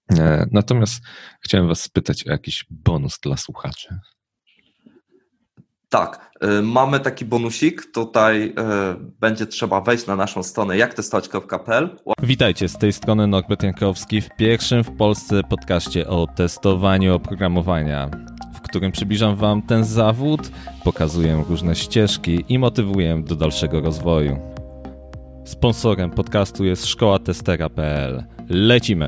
Natomiast chciałem was spytać o jakiś bonus dla słuchaczy. Tak, mamy taki bonusik, tutaj będzie trzeba wejść na naszą stronę jaktestować.pl. Witajcie, z tej strony Norbert Jankowski w pierwszym w Polsce podcaście o testowaniu oprogramowania, w którym przybliżam wam ten zawód, pokazuję różne ścieżki i motywuję do dalszego rozwoju. Sponsorem podcastu jest szkołatestera.pl. Lecimy!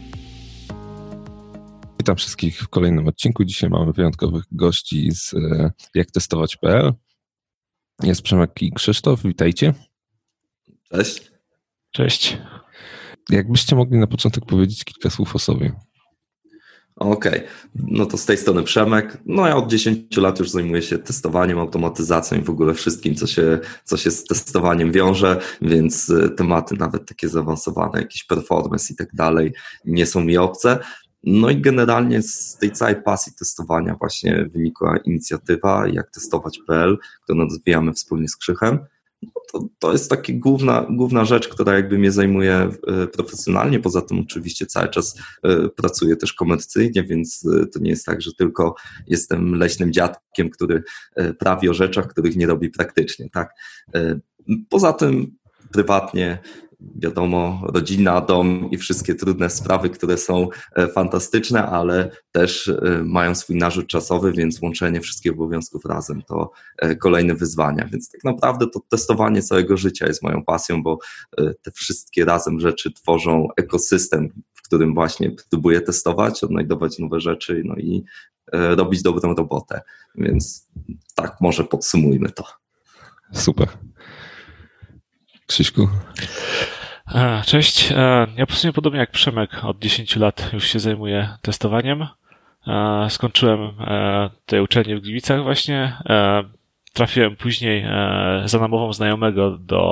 Witam wszystkich w kolejnym odcinku. Dzisiaj mamy wyjątkowych gości z jaktestować.pl. Jest Przemek i Krzysztof, witajcie. Cześć. Cześć. Jakbyście mogli na początek powiedzieć kilka słów o sobie. Okej, no to z tej strony Przemek. No ja od 10 lat już zajmuję się testowaniem, automatyzacją i w ogóle wszystkim, co się z testowaniem wiąże, więc tematy nawet takie zaawansowane, jakiś performance i tak dalej, nie są mi obce. No i generalnie z tej całej pasji testowania właśnie wynikła inicjatywa jaktestować.pl, którą rozwijamy wspólnie z Krzychem. No to jest taka główna rzecz, która jakby mnie zajmuje profesjonalnie. Poza tym oczywiście cały czas pracuję też komercyjnie, więc to nie jest tak, że tylko jestem leśnym dziadkiem, który prawi o rzeczach, których nie robi praktycznie. Tak? Poza tym prywatnie wiadomo, rodzina, dom i wszystkie trudne sprawy, które są fantastyczne, ale też mają swój narzut czasowy, więc łączenie wszystkich obowiązków razem to kolejne wyzwania. Więc tak naprawdę to testowanie całego życia jest moją pasją, bo te wszystkie razem rzeczy tworzą ekosystem, w którym właśnie próbuję testować, odnajdować nowe rzeczy, no i robić dobrą robotę. Więc tak może podsumujmy to. Super. Krzyśku? Cześć. Ja w sumie podobnie jak Przemek od 10 lat już się zajmuję testowaniem. Skończyłem tej uczelnię w Gliwicach właśnie. Trafiłem później za namową znajomego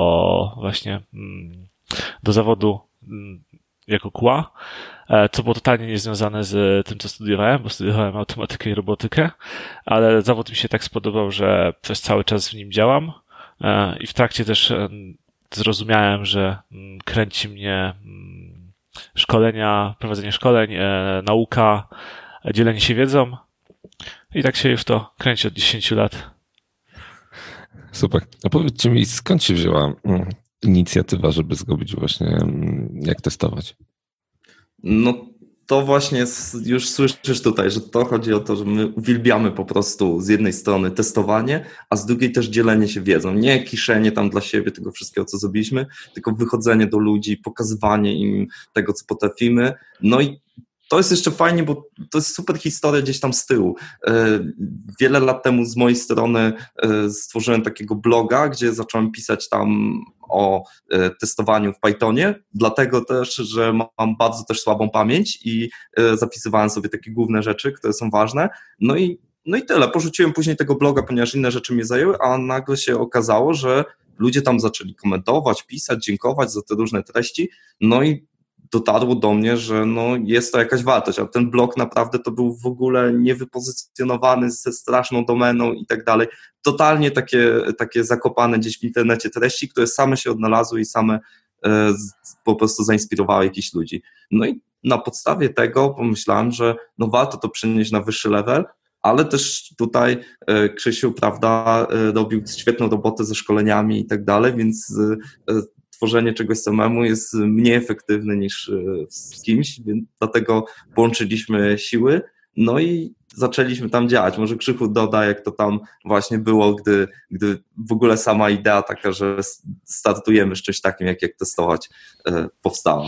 do zawodu jako QA, co było totalnie niezwiązane z tym, co studiowałem, bo studiowałem automatykę i robotykę, ale zawód mi się tak spodobał, że przez cały czas w nim działam i w trakcie też zrozumiałem, że kręci mnie szkolenia, prowadzenie szkoleń, nauka, dzielenie się wiedzą i tak się już to kręci od 10 lat. Super. A powiedzcie mi, skąd się wzięła inicjatywa, żeby zrobić właśnie jak testować? No to właśnie już słyszysz tutaj, że to chodzi o to, że my uwielbiamy po prostu z jednej strony testowanie, a z drugiej też dzielenie się wiedzą. Nie kiszenie tam dla siebie tego wszystkiego, co zrobiliśmy, tylko wychodzenie do ludzi, pokazywanie im tego, co potrafimy. No i to jest jeszcze fajnie, bo to jest super historia gdzieś tam z tyłu. Wiele lat temu z mojej strony stworzyłem takiego bloga, gdzie zacząłem pisać tam o testowaniu w Pythonie, dlatego też, że mam bardzo też słabą pamięć i zapisywałem sobie takie główne rzeczy, które są ważne. No i tyle. Porzuciłem później tego bloga, ponieważ inne rzeczy mnie zajęły, a nagle się okazało, że ludzie tam zaczęli komentować, pisać, dziękować za te różne treści. No i dotarło do mnie, że no jest to jakaś wartość, a ten blog naprawdę to był w ogóle niewypozycjonowany ze straszną domeną i tak dalej. Totalnie takie zakopane gdzieś w internecie treści, które same się odnalazły i same po prostu zainspirowały jakichś ludzi. No i na podstawie tego pomyślałem, że no warto to przenieść na wyższy level, ale też tutaj Krzysiu, prawda, robił świetną robotę ze szkoleniami i tak dalej, więc tworzenie czegoś samemu jest mniej efektywne niż z kimś, więc dlatego połączyliśmy siły, no i zaczęliśmy tam działać. Może Krzychu doda, jak to tam właśnie było, gdy w ogóle sama idea taka, że startujemy z czymś takim, jak testować, powstała.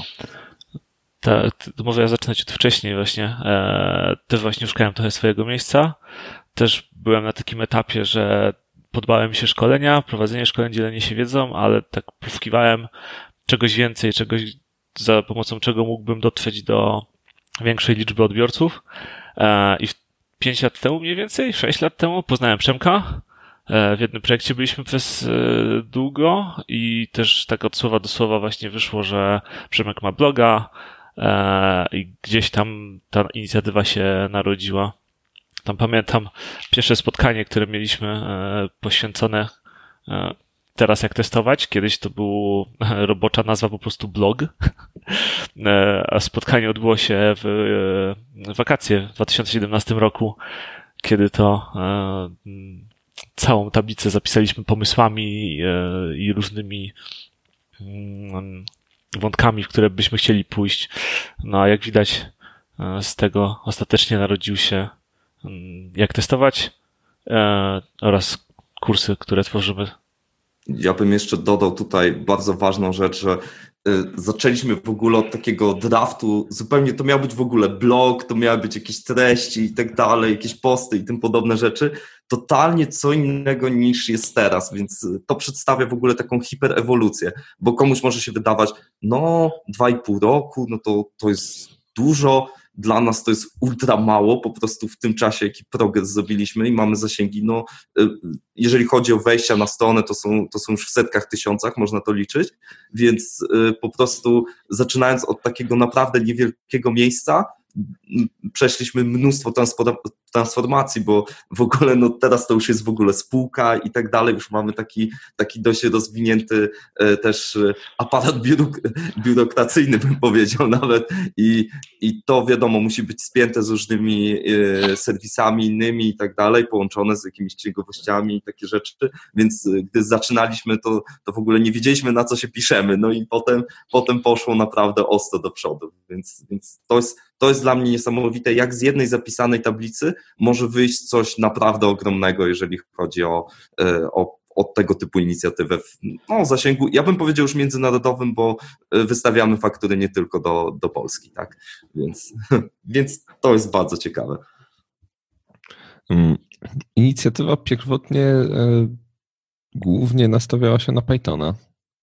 To może ja zacznę ciut wcześniej właśnie. Też właśnie szukałem trochę swojego miejsca. Też byłem na takim etapie, że podobały mi się szkolenia, prowadzenie szkoleń, dzielenie się wiedzą, ale tak poszukiwałem czegoś więcej, czegoś, za pomocą czego mógłbym dotrzeć do większej liczby odbiorców. I 5 lat temu mniej więcej, 6 lat temu poznałem Przemka. W jednym projekcie byliśmy przez długo i też tak od słowa do słowa właśnie wyszło, że Przemek ma bloga i gdzieś tam ta inicjatywa się narodziła. Tam pamiętam pierwsze spotkanie, które mieliśmy poświęcone teraz jak testować. Kiedyś to była robocza nazwa po prostu blog, a spotkanie odbyło się w wakacje w 2017 roku, kiedy to całą tablicę zapisaliśmy pomysłami i różnymi wątkami, w które byśmy chcieli pójść. No a jak widać, z tego ostatecznie narodził się Jak testować oraz kursy, które tworzymy. Ja bym jeszcze dodał tutaj bardzo ważną rzecz, że zaczęliśmy w ogóle od takiego draftu, zupełnie to miał być w ogóle blog, to miały być jakieś treści i tak dalej, jakieś posty i tym podobne rzeczy, totalnie co innego niż jest teraz, więc to przedstawia w ogóle taką hiperewolucję, bo komuś może się wydawać, 2,5 roku, to jest dużo, dla nas to jest ultra mało, po prostu w tym czasie, jaki progres zrobiliśmy i mamy zasięgi, jeżeli chodzi o wejścia na stronę, to są już w setkach tysiącach, można to liczyć, więc po prostu zaczynając od takiego naprawdę niewielkiego miejsca, przeszliśmy mnóstwo transformacji, bo w ogóle teraz to już jest w ogóle spółka i tak dalej, już mamy taki dość rozwinięty też aparat biurokracyjny, bym powiedział nawet i to wiadomo musi być spięte z różnymi serwisami innymi i tak dalej, połączone z jakimiś księgowościami i takie rzeczy, więc gdy zaczynaliśmy to w ogóle nie wiedzieliśmy, na co się piszemy, i potem poszło naprawdę ostro do przodu, więc to jest dla mnie niesamowite, jak z jednej zapisanej tablicy może wyjść coś naprawdę ogromnego, jeżeli chodzi o tego typu inicjatywę w zasięgu, ja bym powiedział już międzynarodowym, bo wystawiamy faktury nie tylko do Polski, tak? Więc to jest bardzo ciekawe. Inicjatywa pierwotnie głównie nastawiała się na Pythona.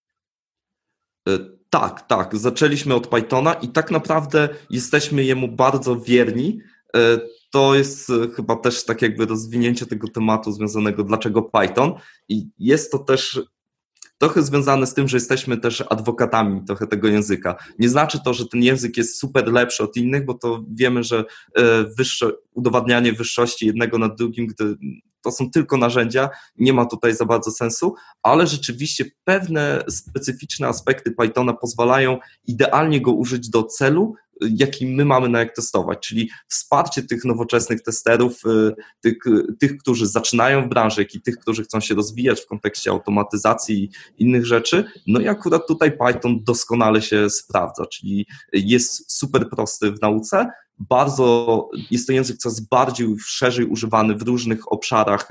Tak. Zaczęliśmy od Pythona i tak naprawdę jesteśmy jemu bardzo wierni. To jest chyba też tak jakby rozwinięcie tego tematu związanego dlaczego Python i jest to też trochę związane z tym, że jesteśmy też adwokatami trochę tego języka. Nie znaczy to, że ten język jest super lepszy od innych, bo to wiemy, że udowadnianie wyższości jednego nad drugim, gdy to są tylko narzędzia, nie ma tutaj za bardzo sensu, ale rzeczywiście pewne specyficzne aspekty Pythona pozwalają idealnie go użyć do celu, jaki my mamy na jak testować, czyli wsparcie tych nowoczesnych testerów, tych, którzy zaczynają w branży, jak i tych, którzy chcą się rozwijać w kontekście automatyzacji i innych rzeczy. I akurat tutaj Python doskonale się sprawdza, czyli jest super prosty w nauce, jest to język coraz bardziej szerzej używany w różnych obszarach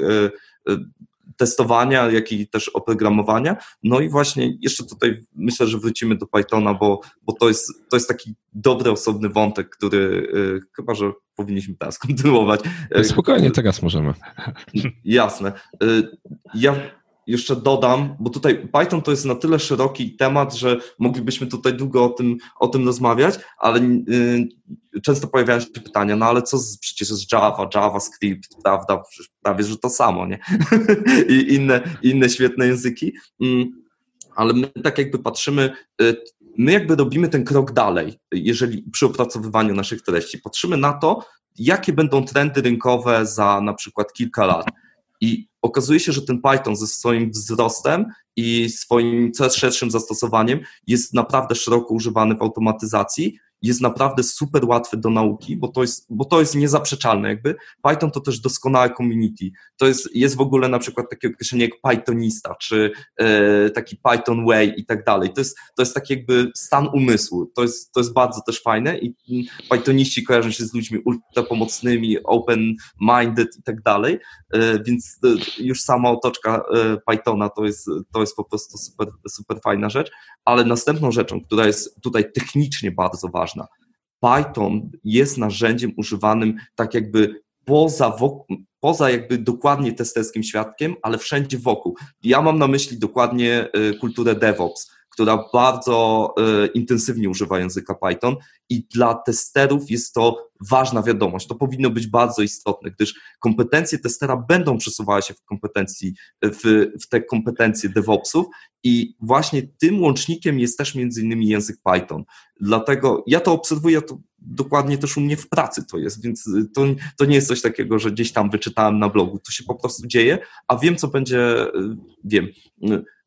testowania, jak i też oprogramowania. I właśnie jeszcze tutaj myślę, że wrócimy do Pythona, bo to jest taki dobry, osobny wątek, który chyba, że powinniśmy teraz kontynuować. Spokojnie, teraz możemy. Jasne. Ja jeszcze dodam, bo tutaj Python to jest na tyle szeroki temat, że moglibyśmy tutaj długo o tym rozmawiać, ale często pojawiają się pytania, ale przecież jest Java, JavaScript, prawda, prawie że to samo, nie? I inne świetne języki, ale my tak jakby patrzymy, my jakby robimy ten krok dalej, jeżeli przy opracowywaniu naszych treści, patrzymy na to, jakie będą trendy rynkowe za na przykład kilka lat. I okazuje się, że ten Python ze swoim wzrostem i swoim coraz szerszym zastosowaniem jest naprawdę szeroko używany w automatyzacji, jest naprawdę super łatwy do nauki, bo to jest niezaprzeczalne jakby. Python to też doskonałe community. To jest w ogóle na przykład takie określenie jak Pythonista, czy taki Python Way i tak dalej. To jest taki jakby stan umysłu. To jest bardzo też fajne i Pythoniści kojarzą się z ludźmi ultra pomocnymi, open-minded i tak dalej, więc już sama otoczka Pythona to jest po prostu super, super fajna rzecz, ale następną rzeczą, która jest tutaj technicznie bardzo ważna, Python jest narzędziem używanym tak jakby poza jakby dokładnie testerskim świadkiem, ale wszędzie wokół. Ja mam na myśli dokładnie kulturę DevOps, która bardzo intensywnie używa języka Python i dla testerów jest to ważna wiadomość. To powinno być bardzo istotne, gdyż kompetencje testera będą przesuwały się w te kompetencje DevOpsów i właśnie tym łącznikiem jest też między innymi język Python. Dlatego ja to obserwuję, to dokładnie też u mnie w pracy to jest, więc to nie jest coś takiego, że gdzieś tam wyczytałem na blogu, to się po prostu dzieje, a wiem co będzie,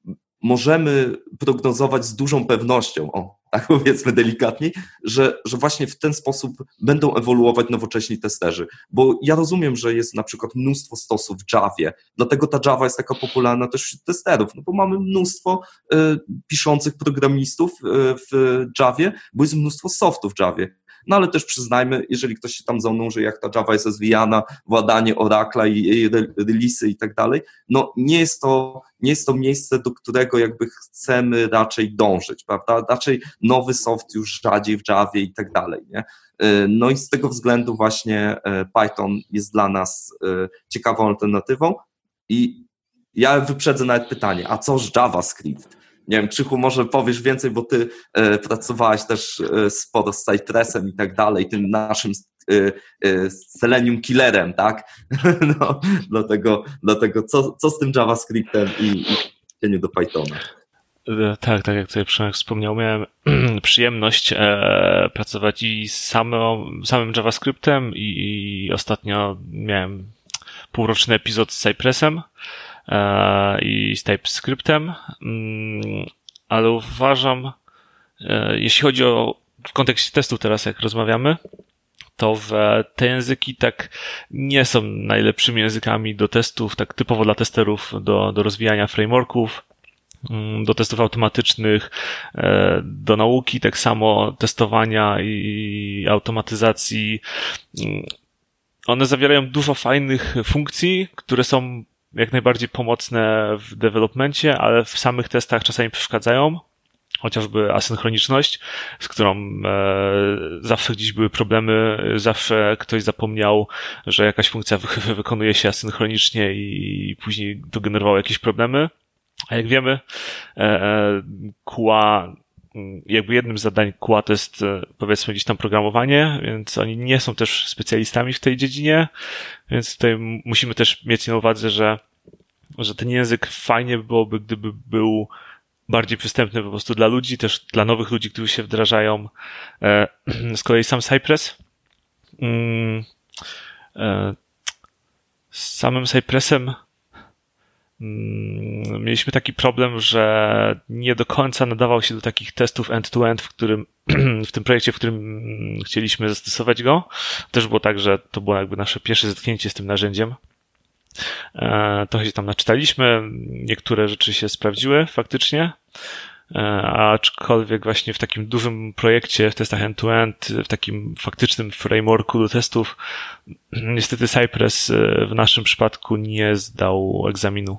możemy prognozować z dużą pewnością, tak powiedzmy delikatniej, że właśnie w ten sposób będą ewoluować nowocześni testerzy. Bo ja rozumiem, że jest na przykład mnóstwo stosów w Javie, dlatego ta Java jest taka popularna też wśród testerów, no bo mamy mnóstwo piszących programistów w Javie, bo jest mnóstwo softu w Javie. No ale też przyznajmy, jeżeli ktoś się tam zanurzy, jak ta Java jest rozwijana, władanie Oracle'a i jej release'y i tak dalej, no nie jest to miejsce, do którego jakby chcemy raczej dążyć, prawda? Raczej nowy soft już rzadziej w Javie i tak dalej, nie? No i z tego względu właśnie Python jest dla nas ciekawą alternatywą i ja wyprzedzę nawet pytanie, a co z JavaScript? Nie wiem, Krzychu, może powiesz więcej, bo ty pracowałeś też sporo z Cypressem i tak dalej, tym naszym Selenium killerem, tak? No, dlatego co z tym JavaScriptem i przeniesieniu do Pythona? Tak jak tutaj Przemek wspomniał, miałem przyjemność pracować i z samym JavaScriptem i ostatnio miałem półroczny epizod z Cypressem i z TypeScriptem, ale uważam, jeśli chodzi w kontekście testów teraz, jak rozmawiamy, to te języki tak nie są najlepszymi językami do testów, tak typowo dla testerów, do rozwijania frameworków, do testów automatycznych, do nauki, tak samo testowania i automatyzacji. One zawierają dużo fajnych funkcji, które są jak najbardziej pomocne w developmencie, ale w samych testach czasami przeszkadzają. Chociażby asynchroniczność, z którą zawsze gdzieś były problemy, zawsze ktoś zapomniał, że jakaś funkcja wykonuje się asynchronicznie i później to generowało jakieś problemy. A jak wiemy, QA, jakby jednym z zadań QA to jest powiedzmy gdzieś tam programowanie, więc oni nie są też specjalistami w tej dziedzinie, więc tutaj musimy też mieć na uwadze, że ten język fajnie byłoby, gdyby był bardziej przystępny po prostu dla ludzi, też dla nowych ludzi, którzy się wdrażają. Z kolei sam Cypress. Z samym Cypressem mieliśmy taki problem, że nie do końca nadawał się do takich testów end-to-end, w tym projekcie, w którym chcieliśmy zastosować go. Też było tak, że to było jakby nasze pierwsze zetknięcie z tym narzędziem. Trochę się tam naczytaliśmy, niektóre rzeczy się sprawdziły faktycznie, aczkolwiek właśnie w takim dużym projekcie, w testach end-to-end, w takim faktycznym frameworku do testów, niestety Cypress w naszym przypadku nie zdał egzaminu.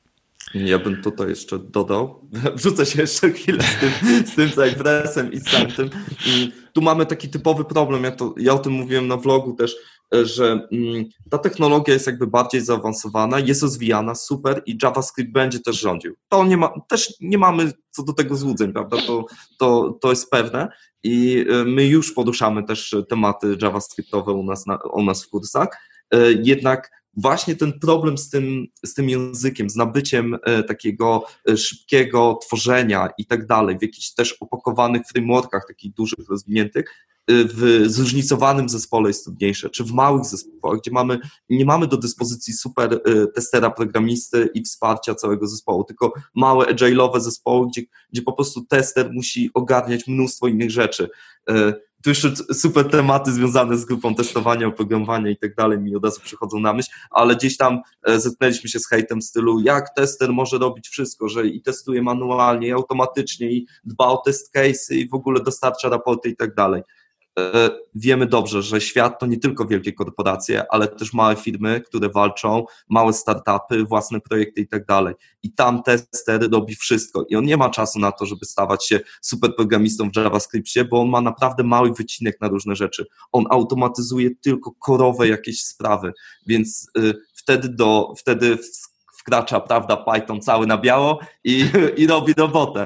Ja bym tutaj jeszcze dodał, wrzucę się jeszcze chwilę z tym Cypressem i z tamtym. I tu mamy taki typowy problem, ja o tym mówiłem na vlogu też, że ta technologia jest jakby bardziej zaawansowana, jest rozwijana, super i JavaScript będzie też rządził. Też nie mamy co do tego złudzeń, prawda? To jest pewne i my już poruszamy też tematy JavaScriptowe u nas w kursach, jednak właśnie ten problem z tym językiem, z nabyciem takiego szybkiego tworzenia i tak dalej, w jakichś też opakowanych frameworkach, takich dużych, rozwiniętych, w zróżnicowanym zespole jest trudniejsze, czy w małych zespołach, gdzie nie mamy do dyspozycji super testera, programisty i wsparcia całego zespołu, tylko małe agile'owe zespoły, gdzie po prostu tester musi ogarniać mnóstwo innych rzeczy. Tu jeszcze super tematy związane z grupą testowania, oprogramowania i tak dalej mi od razu przychodzą na myśl, ale gdzieś tam zetknęliśmy się z hejtem w stylu, jak tester może robić wszystko, że i testuje manualnie, i automatycznie, i dba o test case'y, i w ogóle dostarcza raporty i tak dalej. Wiemy dobrze, że świat to nie tylko wielkie korporacje, ale też małe firmy, które walczą, małe startupy, własne projekty i tak dalej. I tam tester robi wszystko i on nie ma czasu na to, żeby stawać się super programistą w JavaScriptie, bo on ma naprawdę mały wycinek na różne rzeczy. On automatyzuje tylko korowe jakieś sprawy, więc wtedy wkracza, prawda, Python cały na biało i robi robotę.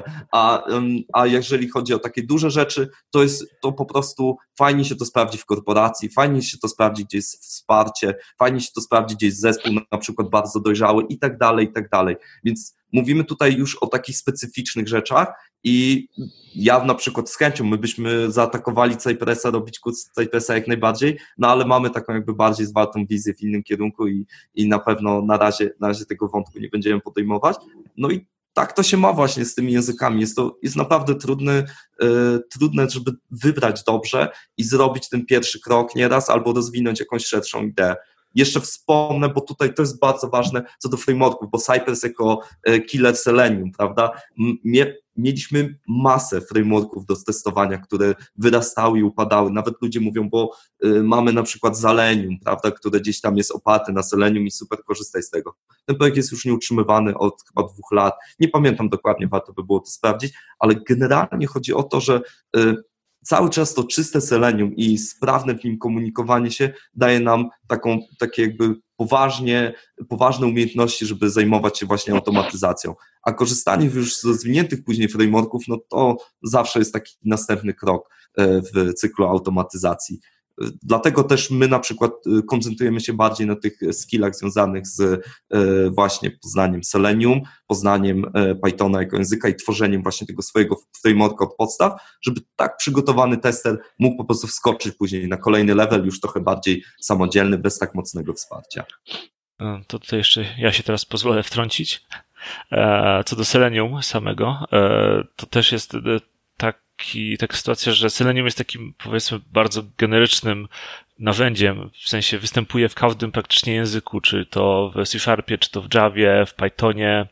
A jeżeli chodzi o takie duże rzeczy, to po prostu fajnie się to sprawdzi w korporacji, fajnie się to sprawdzi, gdzie jest wsparcie, fajnie się to sprawdzi, gdzie jest zespół na przykład bardzo dojrzały i tak dalej, i tak dalej. Więc mówimy tutaj już o takich specyficznych rzeczach i ja na przykład z chęcią, my byśmy zaatakowali Cypressa, robić kurs Cypressa jak najbardziej, no ale mamy taką jakby bardziej zwartą wizję w innym kierunku i na pewno na razie tego wątku nie będziemy podejmować. No i tak to się ma właśnie z tymi językami. Jest naprawdę trudne, żeby wybrać dobrze i zrobić ten pierwszy krok nieraz albo rozwinąć jakąś szerszą ideę. Jeszcze wspomnę, bo tutaj to jest bardzo ważne co do frameworków, bo Cypress jako killer Selenium, prawda? Mieliśmy masę frameworków do testowania, które wyrastały i upadały. Nawet ludzie mówią, bo mamy na przykład Selenium, prawda, które gdzieś tam jest oparte na Selenium i super korzystaj z tego. Ten projekt jest już nieutrzymywany od chyba 2 lat. Nie pamiętam dokładnie, warto by było to sprawdzić, ale generalnie chodzi o to, że cały czas to czyste Selenium i sprawne w nim komunikowanie się daje nam takie jakby poważne umiejętności, żeby zajmować się właśnie automatyzacją. A korzystanie już z rozwiniętych później frameworków, no to zawsze jest taki następny krok w cyklu automatyzacji. Dlatego też my na przykład koncentrujemy się bardziej na tych skillach związanych z właśnie poznaniem Selenium, poznaniem Pythona jako języka i tworzeniem właśnie tego swojego frameworka od podstaw, żeby tak przygotowany tester mógł po prostu wskoczyć później na kolejny level, już trochę bardziej samodzielny, bez tak mocnego wsparcia. To tutaj jeszcze ja się teraz pozwolę wtrącić. Co do Selenium samego, to też jest taka sytuacja, że Selenium jest takim, powiedzmy, bardzo generycznym narzędziem, w sensie występuje w każdym praktycznie języku, czy to w C Sharpie, czy to w Javie, w Pythonie,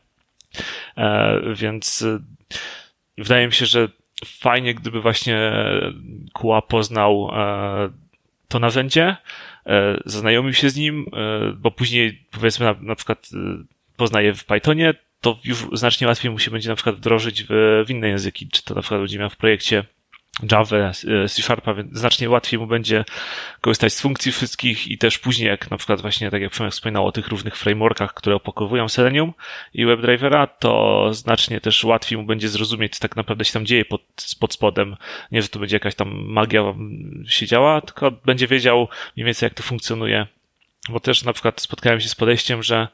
więc wydaje mi się, że fajnie, gdyby właśnie QA poznał to narzędzie, zaznajomił się z nim, bo później, powiedzmy, na przykład poznaje w Pythonie, to już znacznie łatwiej mu się będzie na przykład wdrożyć w inne języki, czy to na przykład będzie miał w projekcie Java, C Sharpa, więc znacznie łatwiej mu będzie korzystać z funkcji wszystkich i też później, jak na przykład właśnie, tak jak Przemek wspominał o tych różnych frameworkach, które opakowują Selenium i WebDrivera, to znacznie też łatwiej mu będzie zrozumieć, co tak naprawdę się tam dzieje pod spodem. Nie, że to będzie jakaś tam magia się działa, tylko będzie wiedział mniej więcej, jak to funkcjonuje. Bo też na przykład spotkałem się z podejściem, że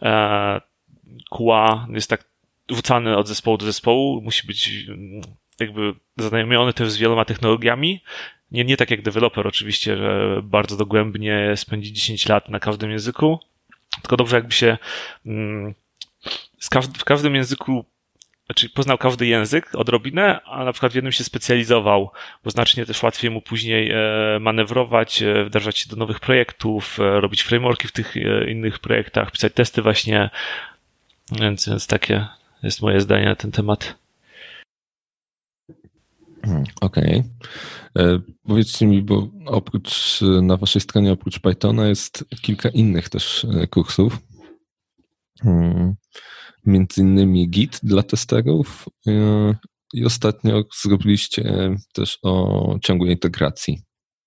QA jest tak rzucany od zespołu do zespołu, musi być jakby zaznajomiony też z wieloma technologiami. Nie tak jak deweloper oczywiście, że bardzo dogłębnie spędzi 10 lat na każdym języku, tylko dobrze jakby się w każdym języku, znaczy poznał każdy język odrobinę, a na przykład w jednym się specjalizował, bo znacznie też łatwiej mu później manewrować, wdrażać się do nowych projektów, robić frameworki w tych innych projektach, pisać testy właśnie, więc takie jest moje zdanie na ten temat. Okej. Powiedzcie mi, bo na waszej stronie oprócz Pythona jest kilka innych też kursów. Między innymi Git dla testerów i ostatnio zrobiliście też o ciągłej integracji.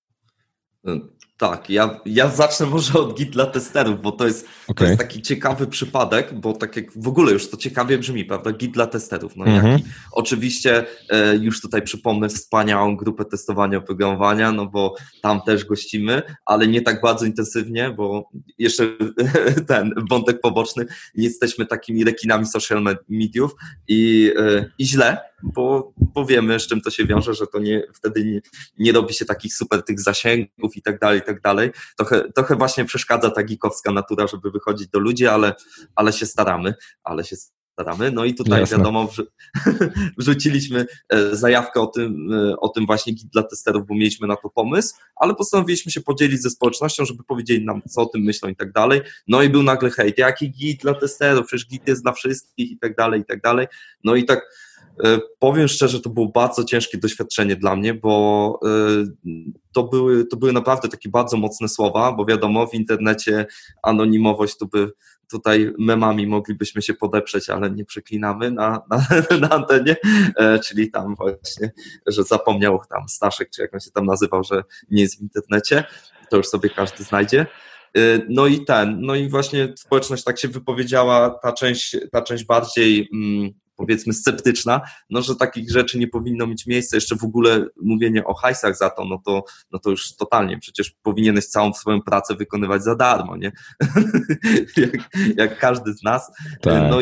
Tak, ja zacznę może od Git dla testerów, bo to jest taki ciekawy przypadek, bo tak jak w ogóle już to ciekawie brzmi, prawda? Git dla testerów. No oczywiście już tutaj przypomnę wspaniałą grupę testowania oprogramowania, no bo tam też gościmy, ale nie tak bardzo intensywnie, bo jeszcze ten wątek poboczny, nie jesteśmy takimi rekinami social mediów i źle, bo wiemy, z czym to się wiąże, że to wtedy nie robi się takich super tych zasięgów i tak dalej, i tak dalej. Trochę właśnie przeszkadza ta geekowska natura, żeby wychodzić do ludzi, ale się staramy. No i tutaj wiadomo, wrzuciliśmy zajawkę o tym właśnie Git dla testerów, bo mieliśmy na to pomysł, ale postanowiliśmy się podzielić ze społecznością, żeby powiedzieli nam, co o tym myślą i tak dalej. No i był nagle hejt, jaki Git dla testerów, przecież Git jest dla wszystkich i tak dalej, i tak dalej. No i tak powiem szczerze, to było bardzo ciężkie doświadczenie dla mnie, bo to były naprawdę takie bardzo mocne słowa, bo wiadomo, w internecie anonimowość to by tutaj memami moglibyśmy się podeprzeć, ale nie przeklinamy na antenie, czyli tam właśnie, że zapomniał tam Staszek, czy jak on się tam nazywał, że nie jest w internecie, to już sobie każdy znajdzie. No i właśnie społeczność tak się wypowiedziała, ta część bardziej powiedzmy sceptyczna, no że takich rzeczy nie powinno mieć miejsca, jeszcze w ogóle mówienie o hajsach za to, no to już totalnie, przecież powinieneś całą swoją pracę wykonywać za darmo, nie? jak każdy z nas. Tak.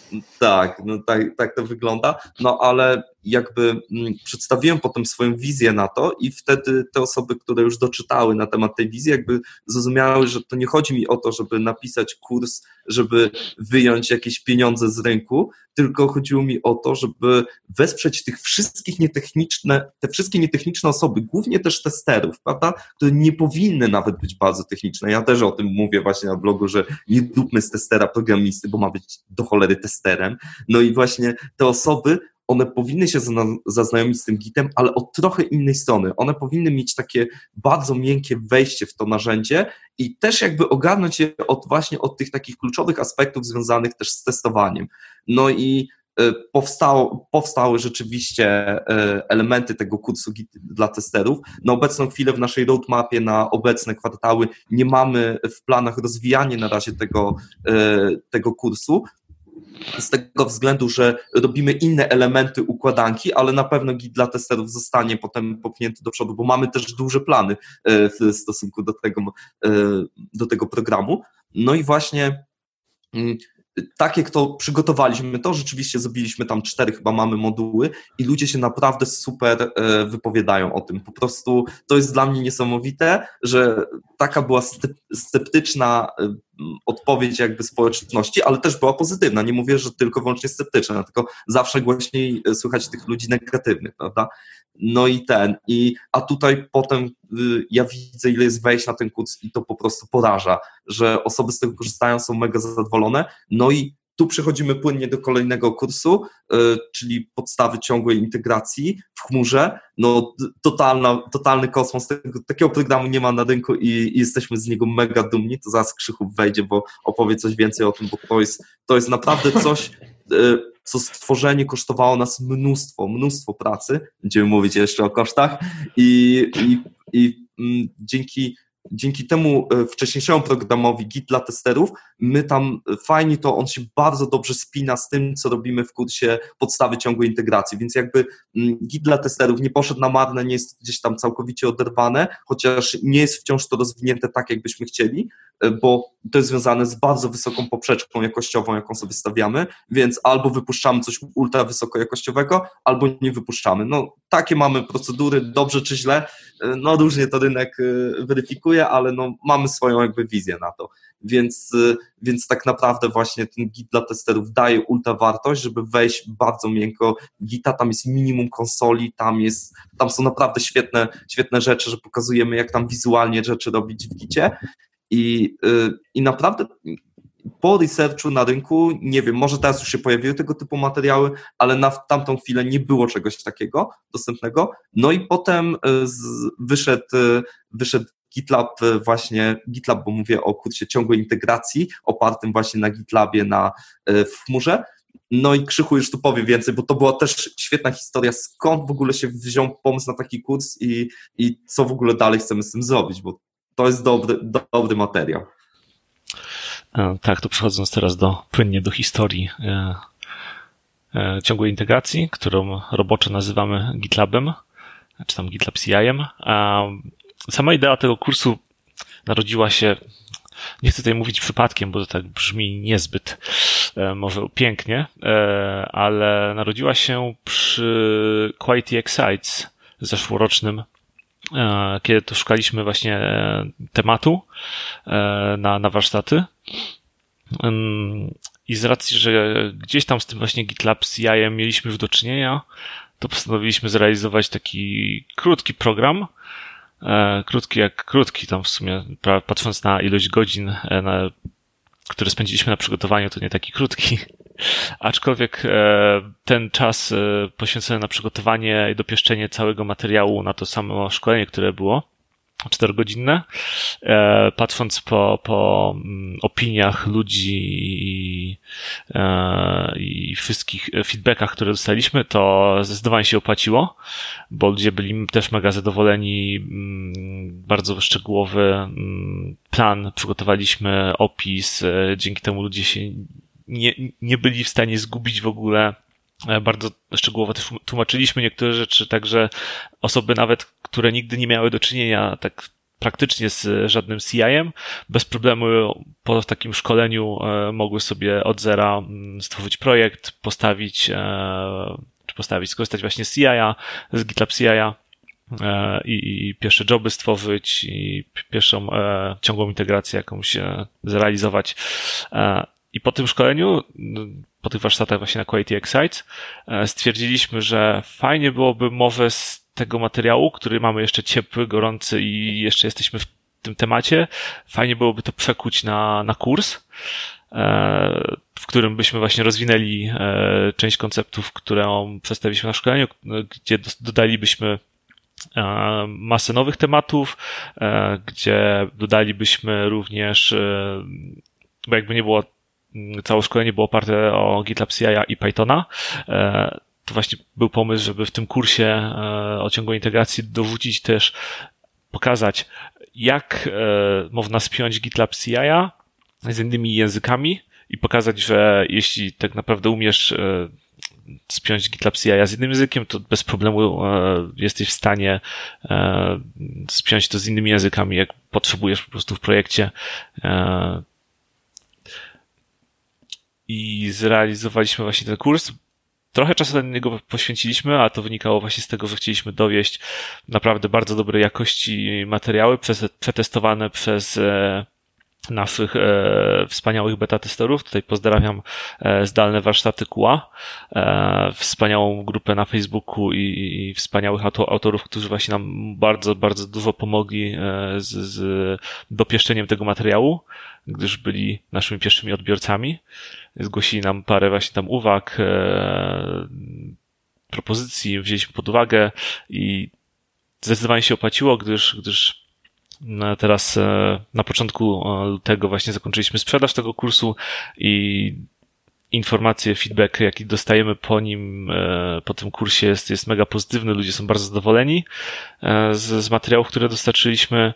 Tak, no tak to wygląda, no ale jakby przedstawiłem potem swoją wizję na to i wtedy te osoby, które już doczytały na temat tej wizji, jakby zrozumiały, że to nie chodzi mi o to, żeby napisać kurs, żeby wyjąć jakieś pieniądze z rynku, tylko chodziło mi o to, żeby wesprzeć te wszystkie nietechniczne osoby, głównie też testerów, prawda, które nie powinny nawet być bardzo techniczne. Ja też o tym mówię właśnie na blogu, że nie róbmy z testera programisty, bo ma być do cholery testerem. No i właśnie te osoby, one powinny się zaznajomić z tym Gitem, ale od trochę innej strony. One powinny mieć takie bardzo miękkie wejście w to narzędzie i też jakby ogarnąć je od tych takich kluczowych aspektów związanych też z testowaniem. No i powstały rzeczywiście elementy tego kursu Git dla testerów. Na obecną chwilę w naszej roadmapie, na obecne kwartały nie mamy w planach rozwijania na razie tego kursu, z tego względu, że robimy inne elementy układanki, ale na pewno Git dla testerów zostanie potem popchnięty do przodu, bo mamy też duże plany w stosunku do tego programu. No i właśnie tak jak to przygotowaliśmy, to rzeczywiście zrobiliśmy tam 4 chyba mamy moduły i ludzie się naprawdę super wypowiadają o tym. Po prostu to jest dla mnie niesamowite, że taka była sceptyczna odpowiedź jakby społeczności, ale też była pozytywna. Nie mówię, że tylko wyłącznie sceptyczna, tylko zawsze głośniej słychać tych ludzi negatywnych, prawda? No a tutaj potem ja widzę, ile jest wejść na ten kurs i to po prostu poraża, że osoby z tego korzystają, są mega zadowolone. No i tu przechodzimy płynnie do kolejnego kursu, czyli podstawy ciągłej integracji w chmurze. No totalny kosmos, takiego programu nie ma na rynku i jesteśmy z niego mega dumni. To zaraz Krzychu wejdzie, bo opowie coś więcej o tym, bo to jest naprawdę coś, co stworzenie kosztowało nas mnóstwo pracy. Będziemy mówić jeszcze o kosztach i dzięki temu wcześniejszemu programowi Git dla testerów, my tam fajnie on się bardzo dobrze spina z tym, co robimy w kursie podstawy ciągłej integracji, więc jakby Git dla testerów nie poszedł na marne, nie jest gdzieś tam całkowicie oderwane, chociaż nie jest wciąż to rozwinięte tak, jakbyśmy chcieli, bo to jest związane z bardzo wysoką poprzeczką jakościową, jaką sobie stawiamy, więc albo wypuszczamy coś ultra wysokojakościowego, albo nie wypuszczamy. No takie mamy procedury, dobrze czy źle, no różnie to rynek weryfikuje, ale no mamy swoją jakby wizję na to, więc tak naprawdę właśnie ten Git dla testerów daje ultra wartość, żeby wejść bardzo miękko Gita, tam jest minimum konsoli, tam są naprawdę świetne rzeczy, że pokazujemy, jak tam wizualnie rzeczy robić w Gicie i naprawdę po researchu na rynku, nie wiem, może teraz już się pojawiły tego typu materiały, ale na tamtą chwilę nie było czegoś takiego dostępnego. No i potem wyszedł GitLab, bo mówię o kursie ciągłej integracji, opartym właśnie na GitLabie w chmurze. No i Krzychu już tu powie więcej, bo to była też świetna historia, skąd w ogóle się wziął pomysł na taki kurs i co w ogóle dalej chcemy z tym zrobić, bo to jest dobry materiał. Tak, to przechodząc teraz płynnie do historii ciągłej integracji, którą roboczo nazywamy GitLabem, czy tam GitLab CI-em. Sama idea tego kursu narodziła się, nie chcę tutaj mówić przypadkiem, bo to tak brzmi niezbyt może pięknie, ale narodziła się przy Quality Excite zeszłorocznym, kiedy to szukaliśmy właśnie tematu na warsztaty. I z racji, że gdzieś tam z tym właśnie GitLab CI-em mieliśmy już do czynienia, to postanowiliśmy zrealizować taki krótki program, krótki tam w sumie, patrząc na ilość godzin, które spędziliśmy na przygotowaniu, to nie taki krótki, aczkolwiek ten czas poświęcony na przygotowanie i dopieszczenie całego materiału na to samo szkolenie, które było 4-godzinne, patrząc po opiniach ludzi i wszystkich feedbackach, które dostaliśmy, to zdecydowanie się opłaciło, bo ludzie byli też mega zadowoleni, bardzo szczegółowy plan przygotowaliśmy, opis, dzięki temu ludzie się nie byli w stanie zgubić w ogóle. Bardzo szczegółowo też tłumaczyliśmy niektóre rzeczy, także osoby nawet, które nigdy nie miały do czynienia tak praktycznie z żadnym CI-em. Bez problemu po takim szkoleniu mogły sobie od zera stworzyć projekt, skorzystać właśnie z CI-a, z GitLab CI-a i pierwsze joby stworzyć i pierwszą ciągłą integrację jakąś zrealizować. I po tym szkoleniu, po tych warsztatach właśnie na Quality Excite, stwierdziliśmy, że fajnie byłoby mowę z tego materiału, który mamy jeszcze ciepły, gorący i jeszcze jesteśmy w tym temacie. Fajnie byłoby to przekuć na kurs, w którym byśmy właśnie rozwinęli część konceptów, którą przedstawiliśmy na szkoleniu, gdzie dodalibyśmy masę nowych tematów, gdzie dodalibyśmy również, bo jakby nie było, całe szkolenie było oparte o GitLab CI i Pythona, to właśnie był pomysł, żeby w tym kursie o ciągłej integracji dorzucić też, pokazać, jak można spiąć GitLab CI z innymi językami i pokazać, że jeśli tak naprawdę umiesz spiąć GitLab CI z jednym językiem, to bez problemu jesteś w stanie spiąć to z innymi językami, jak potrzebujesz po prostu w projekcie. I zrealizowaliśmy właśnie ten kurs. Trochę czasu na niego poświęciliśmy, a to wynikało właśnie z tego, że chcieliśmy dowieść naprawdę bardzo dobrej jakości materiały przetestowane przez naszych wspaniałych beta testerów. Tutaj pozdrawiam zdalne warsztaty QA, wspaniałą grupę na Facebooku i wspaniałych autorów, którzy właśnie nam bardzo, bardzo dużo pomogli z dopieszczeniem tego materiału, gdyż byli naszymi pierwszymi odbiorcami. Zgłosili nam parę właśnie tam uwag, propozycji, wzięliśmy pod uwagę i zdecydowanie się opłaciło, gdyż teraz na początku lutego właśnie zakończyliśmy sprzedaż tego kursu i informacje, feedback, jaki dostajemy po nim, po tym kursie jest mega pozytywny. Ludzie są bardzo zadowoleni z materiałów, które dostarczyliśmy,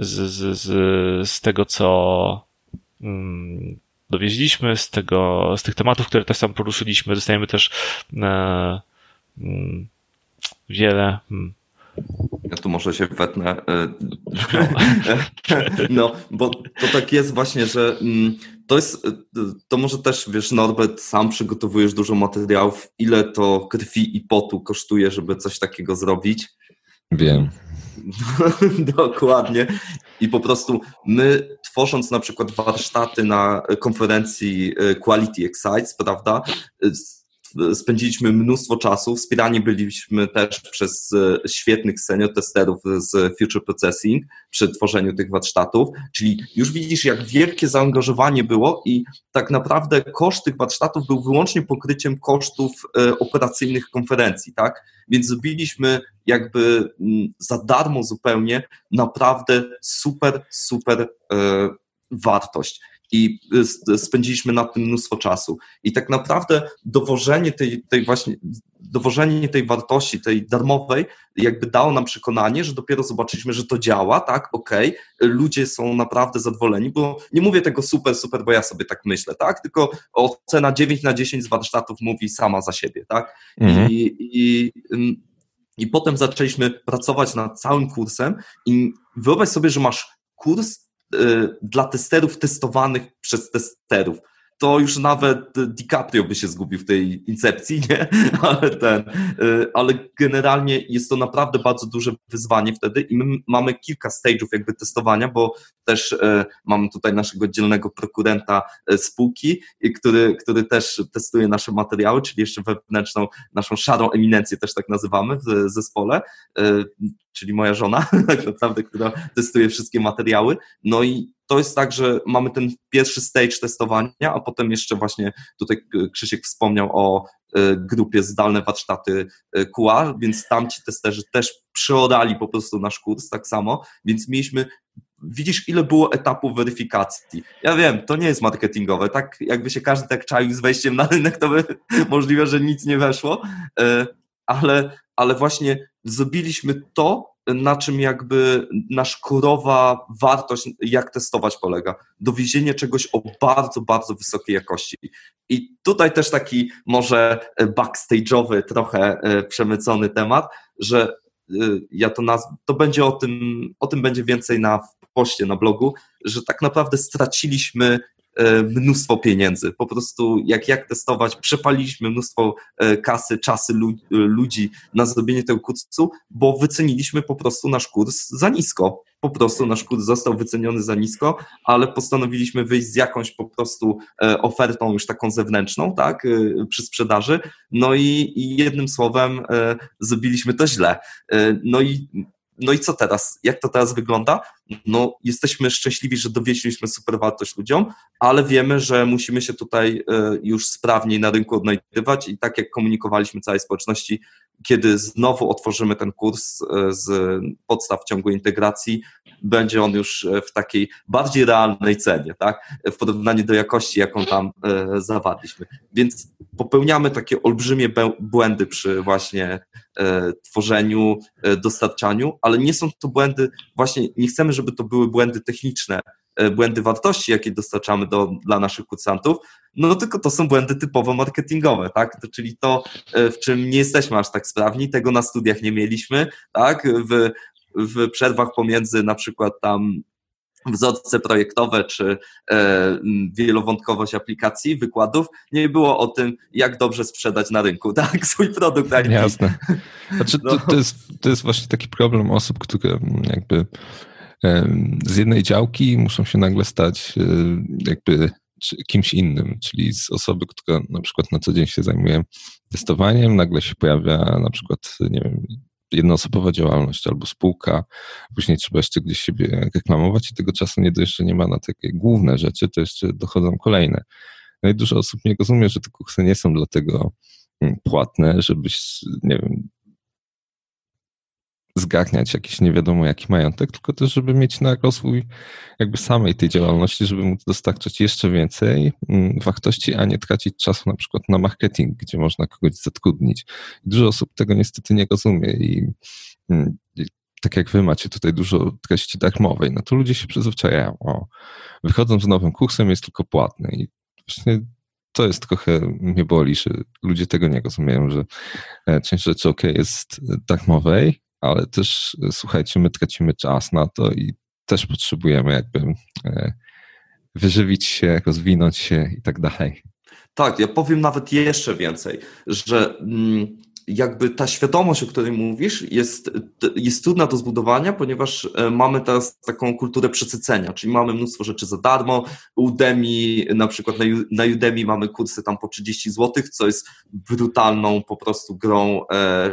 z tego, co dowieźliśmy, z tych tematów, które też tam poruszyliśmy. Dostajemy też wiele... Ja tu może się wetnę. No, bo to tak jest właśnie, że to może też, wiesz, Norbert, sam przygotowujesz dużo materiałów. Ile to krwi i potu kosztuje, żeby coś takiego zrobić? Wiem. Dokładnie. I po prostu my, tworząc na przykład warsztaty na konferencji Quality Excite, prawda, spędziliśmy mnóstwo czasu, wspierani byliśmy też przez świetnych senior testerów z Future Processing przy tworzeniu tych warsztatów, czyli już widzisz, jak wielkie zaangażowanie było i tak naprawdę koszt tych warsztatów był wyłącznie pokryciem kosztów operacyjnych konferencji, tak? Więc zrobiliśmy jakby za darmo zupełnie naprawdę super wartość. I spędziliśmy na tym mnóstwo czasu. I tak naprawdę dowożenie tej wartości, tej darmowej, jakby dało nam przekonanie, że dopiero zobaczyliśmy, że to działa, tak, okej, ludzie są naprawdę zadowoleni, bo nie mówię tego super, bo ja sobie tak myślę, tak, tylko ocena 9/10 z warsztatów mówi sama za siebie, tak. I potem zaczęliśmy pracować nad całym kursem i wyobraź sobie, że masz kurs dla testerów testowanych przez testerów. To już nawet DiCaprio by się zgubił w tej incepcji, nie? Ale generalnie jest to naprawdę bardzo duże wyzwanie wtedy i my mamy kilka stage'ów jakby testowania, bo też mamy tutaj naszego dzielnego prokurenta spółki, który też testuje nasze materiały, czyli jeszcze wewnętrzną naszą szarą eminencję też tak nazywamy w zespole, czyli moja żona tak naprawdę, która testuje wszystkie materiały. No i to jest tak, że mamy ten pierwszy stage testowania, a potem jeszcze właśnie tutaj Krzysiek wspomniał o grupie zdalne warsztaty QA, więc tamci testerzy też przeorali po prostu nasz kurs tak samo, więc mieliśmy, widzisz, ile było etapów weryfikacji. Ja wiem, to nie jest marketingowe, tak jakby się każdy tak czaił z wejściem na rynek, to by możliwe, że nic nie weszło, ale właśnie zrobiliśmy to, na czym jakby nasza korowa wartość, jak testować polega. Dowiezienie czegoś o bardzo, bardzo wysokiej jakości. I tutaj też taki może backstage'owy, trochę przemycony temat, że to będzie o tym będzie więcej na poście, na blogu, że tak naprawdę straciliśmy mnóstwo pieniędzy. Po prostu jak testować, przepaliliśmy mnóstwo kasy, czasy ludzi na zrobienie tego kursu, bo wyceniliśmy po prostu nasz kurs za nisko. Po prostu nasz kurs został wyceniony za nisko, ale postanowiliśmy wyjść z jakąś po prostu ofertą już taką zewnętrzną, tak, przy sprzedaży. No i jednym słowem zrobiliśmy to źle. No i co teraz? Jak to teraz wygląda? No, jesteśmy szczęśliwi, że dowieźliśmy super wartość ludziom, ale wiemy, że musimy się tutaj już sprawniej na rynku odnajdywać i tak jak komunikowaliśmy całej społeczności, kiedy znowu otworzymy ten kurs z podstaw ciągłej integracji, będzie on już w takiej bardziej realnej cenie, tak? W porównaniu do jakości, jaką tam zawarliśmy. Więc popełniamy takie olbrzymie błędy przy właśnie tworzeniu, dostarczaniu, ale nie są to błędy, właśnie nie chcemy, żeby to były błędy techniczne, błędy wartości, jakie dostarczamy dla naszych kursantów, no tylko to są błędy typowo marketingowe, tak? Czyli to, w czym nie jesteśmy aż tak sprawni, tego na studiach nie mieliśmy, tak? W przerwach pomiędzy na przykład tam wzorce projektowe czy wielowątkowość aplikacji, wykładów, nie było o tym, jak dobrze sprzedać na rynku, tak? Swój produkt IT. Jasne. Znaczy, to jest właśnie taki problem osób, które jakby z jednej działki muszą się nagle stać jakby kimś innym, czyli z osoby, która na przykład na co dzień się zajmuje testowaniem, nagle się pojawia na przykład, nie wiem, jednoosobowa działalność albo spółka, później trzeba jeszcze gdzieś siebie reklamować i tego czasu nie dość, że nie ma na takie główne rzeczy, to jeszcze dochodzą kolejne. No i dużo osób nie rozumie, że te kursy nie są dlatego płatne, żebyś, nie wiem, zgarniać jakiś nie wiadomo jaki majątek, tylko też, żeby mieć na rozwój jakby samej tej działalności, żeby móc dostarczać jeszcze więcej wartości, a nie tracić czasu na przykład na marketing, gdzie można kogoś zatrudnić. I dużo osób tego niestety nie rozumie i tak jak wy macie tutaj dużo treści darmowej, no to ludzie się przyzwyczajają. Wychodzą z nowym kursem, jest tylko płatny i właśnie to jest trochę, mnie boli, że ludzie tego nie rozumieją, że część rzeczy jest darmowej, ale też, słuchajcie, my tracimy czas na to i też potrzebujemy jakby wyżywić się, rozwinąć się i tak dalej. Tak, ja powiem nawet jeszcze więcej, że jakby ta świadomość, o której mówisz, jest trudna do zbudowania, ponieważ mamy teraz taką kulturę przesycenia, czyli mamy mnóstwo rzeczy za darmo. Udemy, na przykład na Udemy mamy kursy tam po 30 zł, co jest brutalną po prostu grą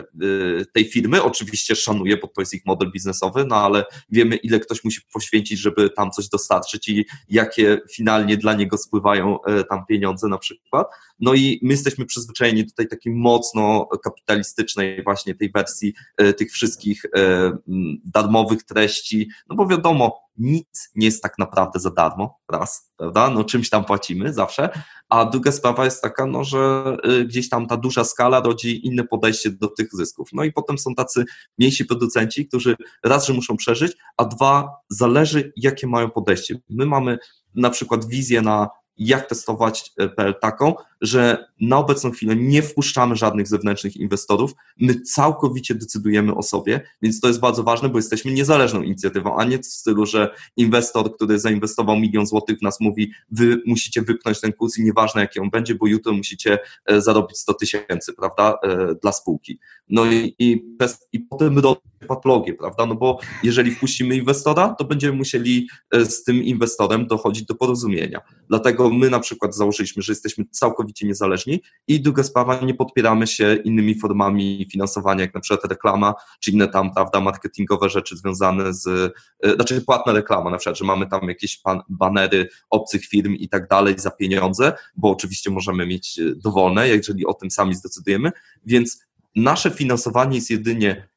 tej firmy. Oczywiście szanuję, bo to jest ich model biznesowy, no ale wiemy, ile ktoś musi poświęcić, żeby tam coś dostarczyć i jakie finalnie dla niego spływają tam pieniądze na przykład. No i my jesteśmy przyzwyczajeni do tej takiej mocno kapitalistycznej właśnie tej wersji tych wszystkich darmowych treści, no bo wiadomo, nic nie jest tak naprawdę za darmo, raz, prawda, no czymś tam płacimy zawsze, a druga sprawa jest taka, no że gdzieś tam ta duża skala rodzi inne podejście do tych zysków, no i potem są tacy mniejsi producenci, którzy raz, że muszą przeżyć, a dwa, zależy jakie mają podejście. My mamy na przykład wizję na jak testować PL taką, że na obecną chwilę nie wpuszczamy żadnych zewnętrznych inwestorów, my całkowicie decydujemy o sobie, więc to jest bardzo ważne, bo jesteśmy niezależną inicjatywą, a nie w stylu, że inwestor, który zainwestował 1 000 000 złotych w nas mówi, wy musicie wypchnąć ten kurs i nieważne jaki on będzie, bo jutro musicie zarobić 100 000, prawda, dla spółki. No i potem robię patologię, prawda, no bo jeżeli wpuścimy inwestora, to będziemy musieli z tym inwestorem dochodzić do porozumienia. Dlatego my na przykład założyliśmy, że jesteśmy całkowicie niezależni i druga sprawa, nie podpieramy się innymi formami finansowania, jak na przykład reklama, czy inne tam, prawda, marketingowe rzeczy związane znaczy płatna reklama, na przykład, że mamy tam jakieś banery obcych firm i tak dalej za pieniądze, bo oczywiście możemy mieć dowolne, jeżeli o tym sami zdecydujemy, więc nasze finansowanie jest jedynie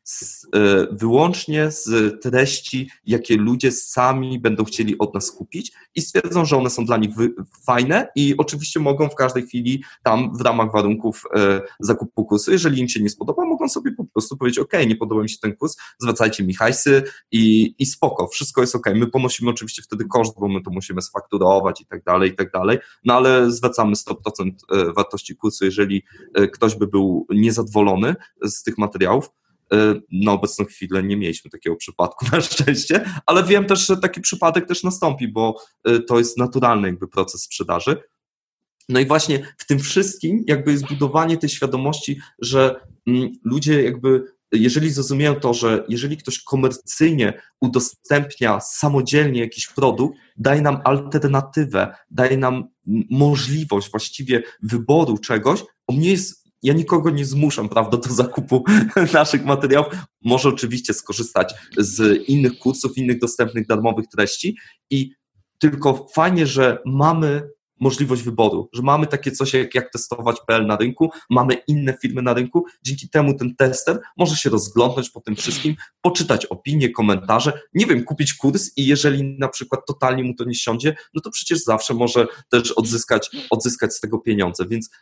wyłącznie z treści, jakie ludzie sami będą chcieli od nas kupić i stwierdzą, że one są dla nich fajne i oczywiście mogą w każdej chwili tam w ramach warunków zakupu kursu, jeżeli im się nie spodoba, mogą sobie po prostu powiedzieć, ok, nie podoba mi się ten kurs, zwracajcie mi hajsy i spoko, wszystko jest ok. My ponosimy oczywiście wtedy koszt, bo my to musimy sfakturować i tak dalej, no ale zwracamy 100% wartości kursu, jeżeli ktoś by był niezadowolony z tych materiałów. Na obecną chwilę nie mieliśmy takiego przypadku na szczęście, ale wiem też, że taki przypadek też nastąpi, bo to jest naturalny jakby proces sprzedaży. No i właśnie w tym wszystkim jakby jest budowanie tej świadomości, że ludzie jakby, jeżeli zrozumieją to, że jeżeli ktoś komercyjnie udostępnia samodzielnie jakiś produkt, daje nam alternatywę, daje nam możliwość właściwie wyboru czegoś, ja nikogo nie zmuszam, prawda, do zakupu naszych materiałów. Może oczywiście skorzystać z innych kursów, innych dostępnych darmowych treści i tylko fajnie, że mamy możliwość wyboru, że mamy takie coś jak testować.pl na rynku, mamy inne firmy na rynku, dzięki temu ten tester może się rozglądnąć po tym wszystkim, poczytać opinie, komentarze, nie wiem, kupić kurs i jeżeli na przykład totalnie mu to nie siądzie, no to przecież zawsze może też odzyskać z tego pieniądze, więc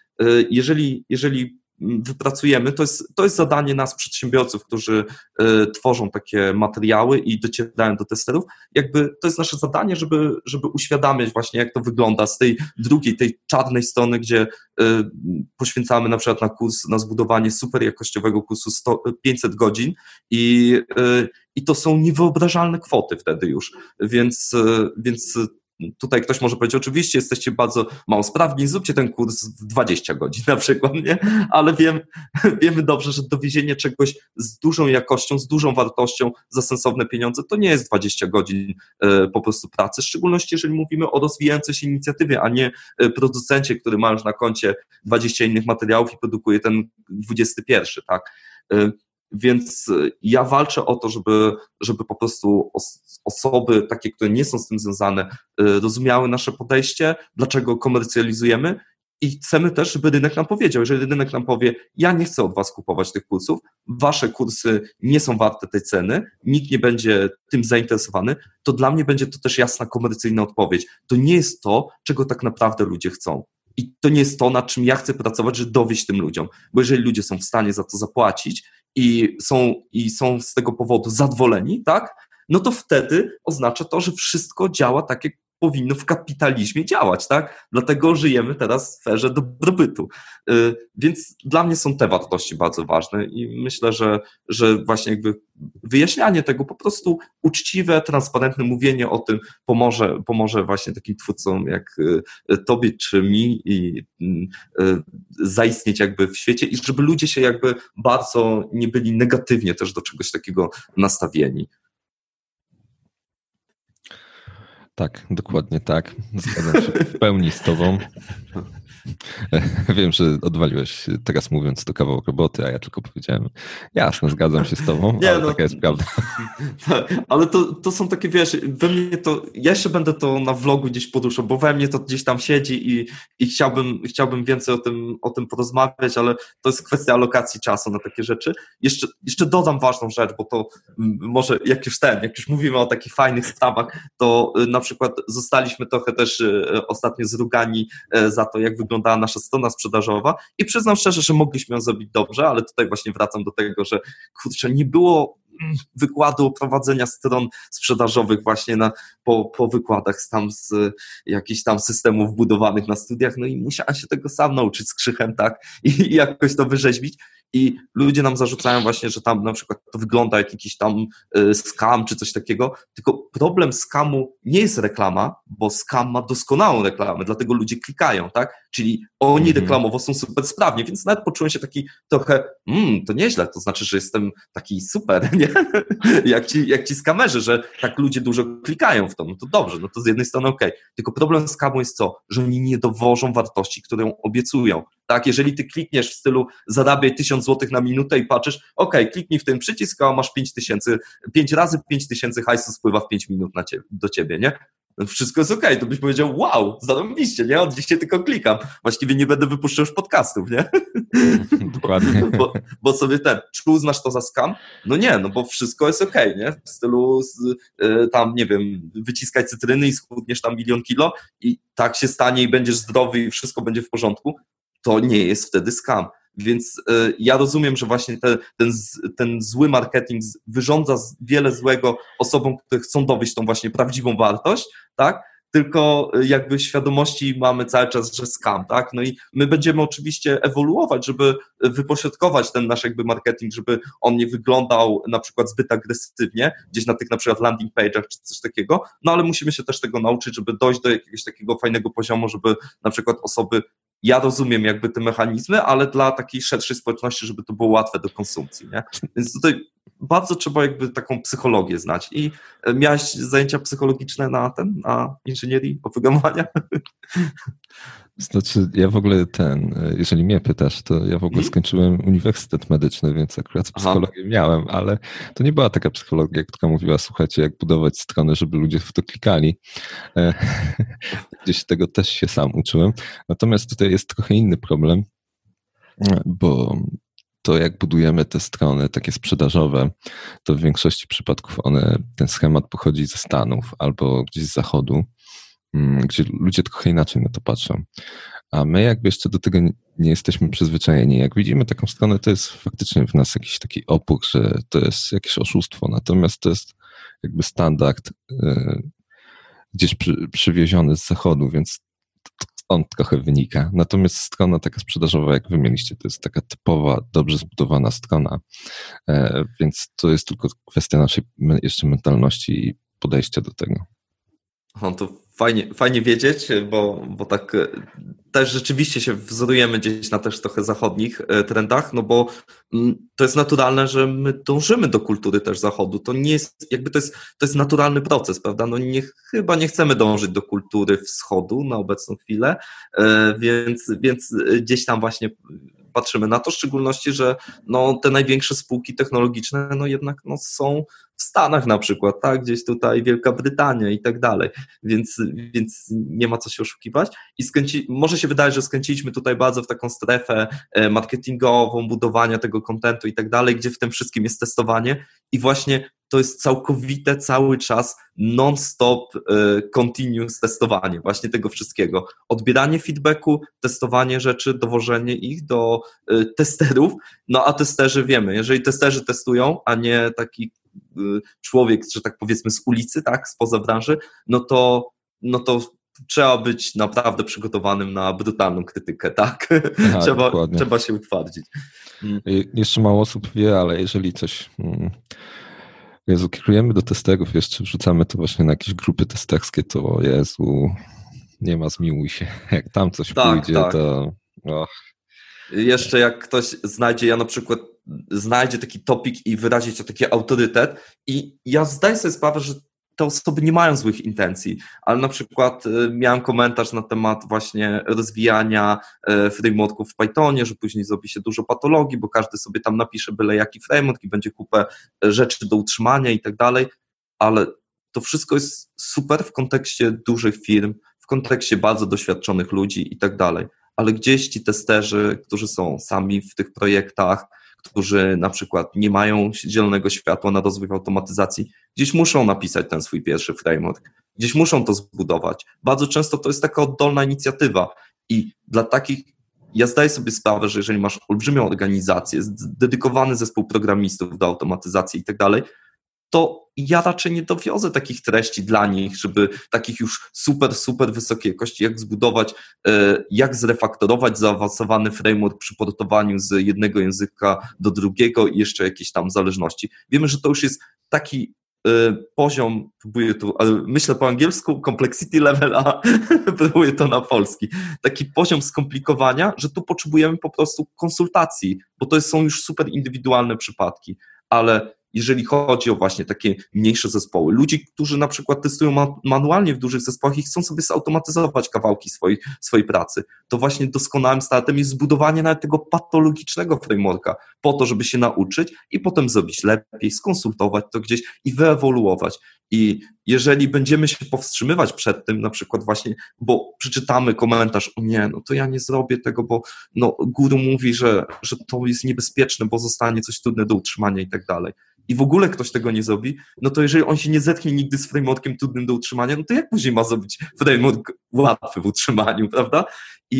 jeżeli wypracujemy, to jest zadanie nas, przedsiębiorców, którzy tworzą takie materiały i docierają do testerów, jakby to jest nasze zadanie, żeby uświadamiać właśnie, jak to wygląda z tej drugiej, tej czarnej strony, gdzie poświęcamy na przykład na kurs, na zbudowanie super jakościowego kursu 500 godzin i to są niewyobrażalne kwoty wtedy już, więc tutaj ktoś może powiedzieć, oczywiście jesteście bardzo mało sprawni, zróbcie ten kurs w 20 godzin na przykład, nie? Ale wiemy dobrze, że dowiezienie czegoś z dużą jakością, z dużą wartością za sensowne pieniądze, to nie jest 20 godzin po prostu pracy, w szczególności jeżeli mówimy o rozwijającej się inicjatywie, a nie producencie, który ma już na koncie 20 innych materiałów i produkuje ten 21, tak? Więc ja walczę o to, żeby po prostu osoby takie, które nie są z tym związane, rozumiały nasze podejście, dlaczego komercjalizujemy i chcemy też, żeby rynek nam powiedział, jeżeli rynek nam powie, ja nie chcę od was kupować tych kursów, wasze kursy nie są warte tej ceny, nikt nie będzie tym zainteresowany, to dla mnie będzie to też jasna komercyjna odpowiedź. To nie jest to, czego tak naprawdę ludzie chcą. I to nie jest to, nad czym ja chcę pracować, żeby dowieść tym ludziom. Bo jeżeli ludzie są w stanie za to zapłacić i są z tego powodu zadowoleni, tak, no to wtedy oznacza to, że wszystko działa tak, jak powinno w kapitalizmie działać, tak? Dlatego żyjemy teraz w sferze dobrobytu. Więc dla mnie są te wartości bardzo ważne i myślę, że właśnie jakby wyjaśnianie tego, po prostu uczciwe, transparentne mówienie o tym pomoże właśnie takim twórcom jak tobie czy mi i zaistnieć jakby w świecie i żeby ludzie się jakby bardzo nie byli negatywnie też do czegoś takiego nastawieni. Tak, dokładnie tak. Zgadzam się w pełni z tobą. Wiem, że odwaliłeś teraz mówiąc to kawał roboty, a ja tylko powiedziałem, jasne, zgadzam się z tobą, ale taka jest prawda. Ale to są takie, wiesz, we mnie to, ja jeszcze będę to na vlogu gdzieś poruszał, bo we mnie to gdzieś tam siedzi i chciałbym więcej o tym porozmawiać, ale to jest kwestia alokacji czasu na takie rzeczy. Jeszcze dodam ważną rzecz, bo to może jak już mówimy o takich fajnych sprawach, to na przykład zostaliśmy trochę też ostatnio zrugani za to, jak wyglądała nasza strona sprzedażowa i przyznam szczerze, że mogliśmy ją zrobić dobrze, ale tutaj właśnie wracam do tego, że kurczę, nie było wykładu prowadzenia stron sprzedażowych właśnie po wykładach z jakichś tam systemów budowanych na studiach, no i musiałem się tego sam nauczyć z krzychem, tak, i jakoś to wyrzeźbić. I ludzie nam zarzucają właśnie, że tam na przykład to wygląda jak jakiś tam scam czy coś takiego, tylko problem skamu nie jest reklama, bo scam ma doskonałą reklamę, dlatego ludzie klikają, tak? Czyli oni reklamowo są super sprawni, więc nawet poczułem się taki trochę, to nieźle, to znaczy, że jestem taki super, nie? jak ci skamerzy, że tak ludzie dużo klikają w to, no to dobrze, no to z jednej strony okej. Tylko problem skamu jest co? Że oni nie dowożą wartości, którą obiecują. Tak, jeżeli ty klikniesz w stylu zarabiaj 1000 zł na minutę i patrzysz, kliknij w ten przycisk, a masz 5000, 5 razy 5000 hajsu spływa w 5 minut do ciebie, nie? Wszystko jest to byś powiedział, wow, zarobiście, nie? Od dzisiaj tylko klikam. Właściwie nie będę wypuszczał już podcastów, nie? Dokładnie. Bo sobie czy uznasz to za scam? No nie, no bo wszystko jest nie? W stylu tam, nie wiem, wyciskaj cytryny i schudniesz tam 1 000 000 kilo i tak się stanie i będziesz zdrowy i wszystko będzie w porządku. To nie jest wtedy scam. Więc ja rozumiem, że właśnie ten zły marketing wyrządza wiele złego osobom, które chcą dowieść tą właśnie prawdziwą wartość, tak? tylko jakby świadomości mamy cały czas, że scam, tak? No i my będziemy oczywiście ewoluować, żeby wypośrodkować ten nasz jakby marketing, żeby on nie wyglądał na przykład zbyt agresywnie, gdzieś na tych na przykład landing page'ach czy coś takiego, no ale musimy się też tego nauczyć, żeby dojść do jakiegoś takiego fajnego poziomu, żeby na przykład osoby, ja rozumiem jakby te mechanizmy, ale dla takiej szerszej społeczności, żeby to było łatwe do konsumpcji, nie? Więc tutaj bardzo trzeba jakby taką psychologię znać. I miałeś zajęcia psychologiczne na inżynierii oprogramowania? Znaczy, ja w ogóle jeżeli mnie pytasz, to ja w ogóle skończyłem uniwersytet medyczny, więc akurat psychologię miałem, ale to nie była taka psychologia, która mówiła, słuchajcie, jak budować strony, żeby ludzie w to klikali. Gdzieś tego też się sam uczyłem. Natomiast tutaj jest trochę inny problem, bo to jak budujemy te strony takie sprzedażowe, to w większości przypadków ten schemat pochodzi ze Stanów albo gdzieś z Zachodu, gdzie ludzie trochę inaczej na to patrzą. A my jakby jeszcze do tego nie jesteśmy przyzwyczajeni. Jak widzimy taką stronę, to jest faktycznie w nas jakiś taki opór, że to jest jakieś oszustwo. Natomiast to jest jakby standard gdzieś przywieziony z Zachodu, więc on trochę wynika. Natomiast strona taka sprzedażowa, jak wy mieliście, to jest taka typowa, dobrze zbudowana strona, więc to jest tylko kwestia naszej jeszcze mentalności i podejścia do tego. To fajnie wiedzieć, bo tak też rzeczywiście się wzorujemy gdzieś na też trochę zachodnich trendach, no bo to jest naturalne, że my dążymy do kultury też Zachodu. To nie jest, jakby to jest naturalny proces, prawda? No chyba nie chcemy dążyć do kultury Wschodu na obecną chwilę, więc gdzieś tam właśnie patrzymy na to, w szczególności, że te największe spółki technologiczne jednak są w Stanach na przykład, tak, gdzieś tutaj Wielka Brytania i tak dalej, więc nie ma co się oszukiwać i może się wydaje, że skręciliśmy tutaj bardzo w taką strefę marketingową, budowania tego kontentu i tak dalej, gdzie w tym wszystkim jest testowanie i właśnie to jest całkowite, cały czas non-stop continuous testowanie właśnie tego wszystkiego. Odbieranie feedbacku, testowanie rzeczy, dowożenie ich do testerów, a testerzy wiemy, jeżeli testerzy testują, a nie taki człowiek, że tak powiedzmy z ulicy, tak, spoza branży, no to trzeba być naprawdę przygotowanym na brutalną krytykę, tak? Trzeba się utwardzić. Jeszcze mało osób wie, ale jeżeli coś kierujemy do testerów, jeszcze wrzucamy to właśnie na jakieś grupy testerskie, to Jezu, nie ma zmiłuj się. Jak tam coś pójdzie, to... Jeszcze jak ktoś znajdzie, na przykład znajdzie taki topik i wyrazi to taki autorytet i ja zdaję sobie sprawę, że te osoby nie mają złych intencji, ale na przykład miałem komentarz na temat właśnie rozwijania frameworków w Pythonie, że później zrobi się dużo patologii, bo każdy sobie tam napisze byle jaki framework i będzie kupę rzeczy do utrzymania i tak dalej, ale to wszystko jest super w kontekście dużych firm, w kontekście bardzo doświadczonych ludzi i tak dalej, ale gdzieś ci testerzy, którzy są sami w tych projektach, którzy na przykład nie mają zielonego światła na rozwój automatyzacji, gdzieś muszą napisać ten swój pierwszy framework, gdzieś muszą to zbudować. Bardzo często to jest taka oddolna inicjatywa i dla takich, ja zdaję sobie sprawę, że jeżeli masz olbrzymią organizację, dedykowany zespół programistów do automatyzacji i tak dalej, to ja raczej nie dowiozę takich treści dla nich, żeby takich już super wysokiej jakości, jak zbudować, jak zrefaktorować zaawansowany framework przy portowaniu z jednego języka do drugiego i jeszcze jakieś tam zależności. Wiemy, że to już jest taki poziom, próbuję tu, myślę po angielsku, complexity level, a próbuję to na polski. Taki poziom skomplikowania, że tu potrzebujemy po prostu konsultacji, bo to są już super indywidualne przypadki, ale jeżeli chodzi o właśnie takie mniejsze zespoły, ludzi, którzy na przykład testują manualnie w dużych zespołach i chcą sobie zautomatyzować kawałki swojej pracy, to właśnie doskonałym startem jest zbudowanie nawet tego patologicznego frameworka po to, żeby się nauczyć i potem zrobić lepiej, skonsultować to gdzieś i wyewoluować. I jeżeli będziemy się powstrzymywać przed tym, na przykład właśnie, bo przeczytamy komentarz, o nie, to ja nie zrobię tego, bo guru mówi, że to jest niebezpieczne, bo zostanie coś trudne do utrzymania i tak dalej. I w ogóle ktoś tego nie zrobi, to jeżeli on się nie zetknie nigdy z frameworkiem trudnym do utrzymania, to jak później ma zrobić framework łatwy w utrzymaniu, prawda? I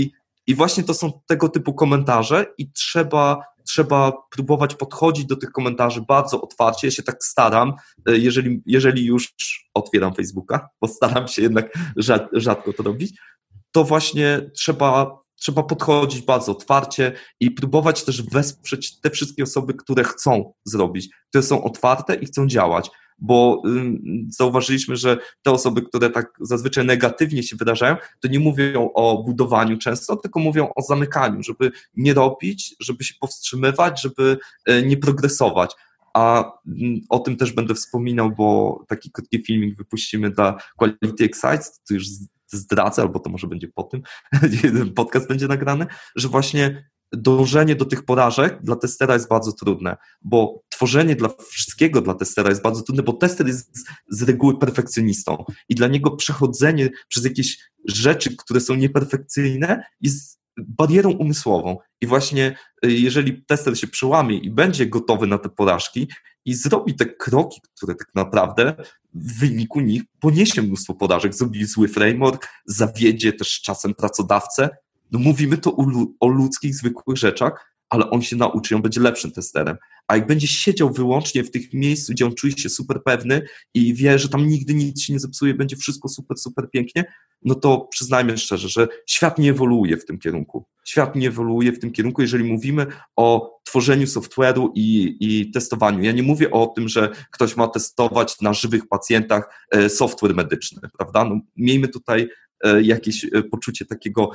I właśnie to są tego typu komentarze i trzeba próbować podchodzić do tych komentarzy bardzo otwarcie. Ja się tak staram, jeżeli już otwieram Facebooka, bo staram się jednak rzadko to robić, to właśnie trzeba podchodzić bardzo otwarcie i próbować też wesprzeć te wszystkie osoby, które chcą zrobić, które są otwarte i chcą działać, bo zauważyliśmy, że te osoby, które tak zazwyczaj negatywnie się wyrażają, to nie mówią o budowaniu często, tylko mówią o zamykaniu, żeby nie robić, żeby się powstrzymywać, żeby nie progresować. A o tym też będę wspominał, bo taki krótki filmik wypuścimy dla Quality Excite, to już zdradzę, albo to może będzie po tym, podcast będzie nagrany, że właśnie dążenie do tych porażek dla testera jest bardzo trudne, bo tworzenie wszystkiego dla testera jest bardzo trudne, bo tester jest z reguły perfekcjonistą i dla niego przechodzenie przez jakieś rzeczy, które są nieperfekcyjne, jest barierą umysłową. I właśnie jeżeli tester się przełamie i będzie gotowy na te porażki i zrobi te kroki, które tak naprawdę w wyniku nich poniesie mnóstwo porażek, zrobi zły framework, zawiedzie też czasem pracodawcę. No mówimy to o ludzkich, zwykłych rzeczach, ale on się nauczy, on będzie lepszym testerem. A jak będzie siedział wyłącznie w tych miejscu, gdzie on czuje się super pewny i wie, że tam nigdy nic się nie zepsuje, będzie wszystko super, super pięknie, no to przyznajmy szczerze, że świat nie ewoluuje w tym kierunku. Świat nie ewoluuje w tym kierunku, jeżeli mówimy o tworzeniu software'u i testowaniu. Ja nie mówię o tym, że ktoś ma testować na żywych pacjentach software medyczny, prawda? No, miejmy tutaj jakieś poczucie takiego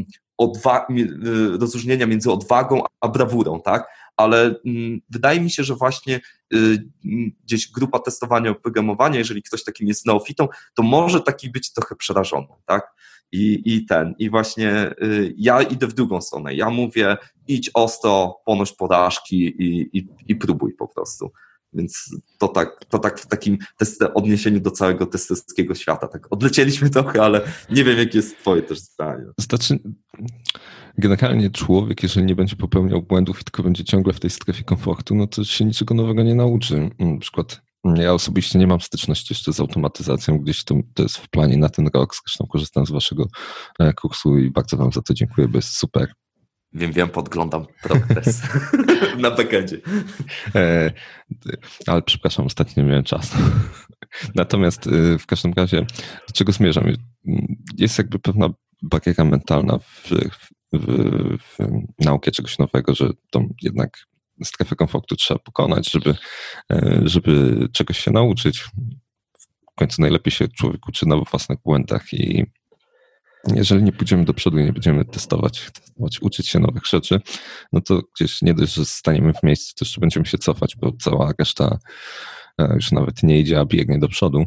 rozróżnienia między odwagą a brawurą, tak? Ale wydaje mi się, że właśnie gdzieś grupa testowania oprogramowania, jeżeli ktoś takim jest neofitą, to może taki być trochę przerażony, tak? I właśnie ja idę w drugą stronę. Ja mówię, idź ostro, ponoś porażki i próbuj po prostu. Więc to tak w takim odniesieniu do całego testerskiego świata. Tak odlecieliśmy trochę, ale nie wiem, jakie jest twoje też zdanie. Znaczy, generalnie człowiek, jeżeli nie będzie popełniał błędów i tylko będzie ciągle w tej strefie komfortu, no to się niczego nowego nie nauczy. Na przykład ja osobiście nie mam styczności jeszcze z automatyzacją, gdzieś to jest w planie na ten rok, zresztą korzystam z waszego kursu i bardzo wam za to dziękuję, bo jest super. Wiem, podglądam progres na backendzie. Ale przepraszam, ostatnio nie miałem czasu. Natomiast w każdym razie, do czego zmierzam? Jest jakby pewna bariera mentalna w nauce czegoś nowego, że tą jednak strefę komfortu trzeba pokonać, żeby czegoś się nauczyć. W końcu najlepiej się człowiek uczy na własnych błędach i jeżeli nie pójdziemy do przodu i nie będziemy testować, uczyć się nowych rzeczy, no to gdzieś nie dość, że staniemy w miejscu, to jeszcze będziemy się cofać, bo cała reszta już nawet nie idzie, a biegnie do przodu.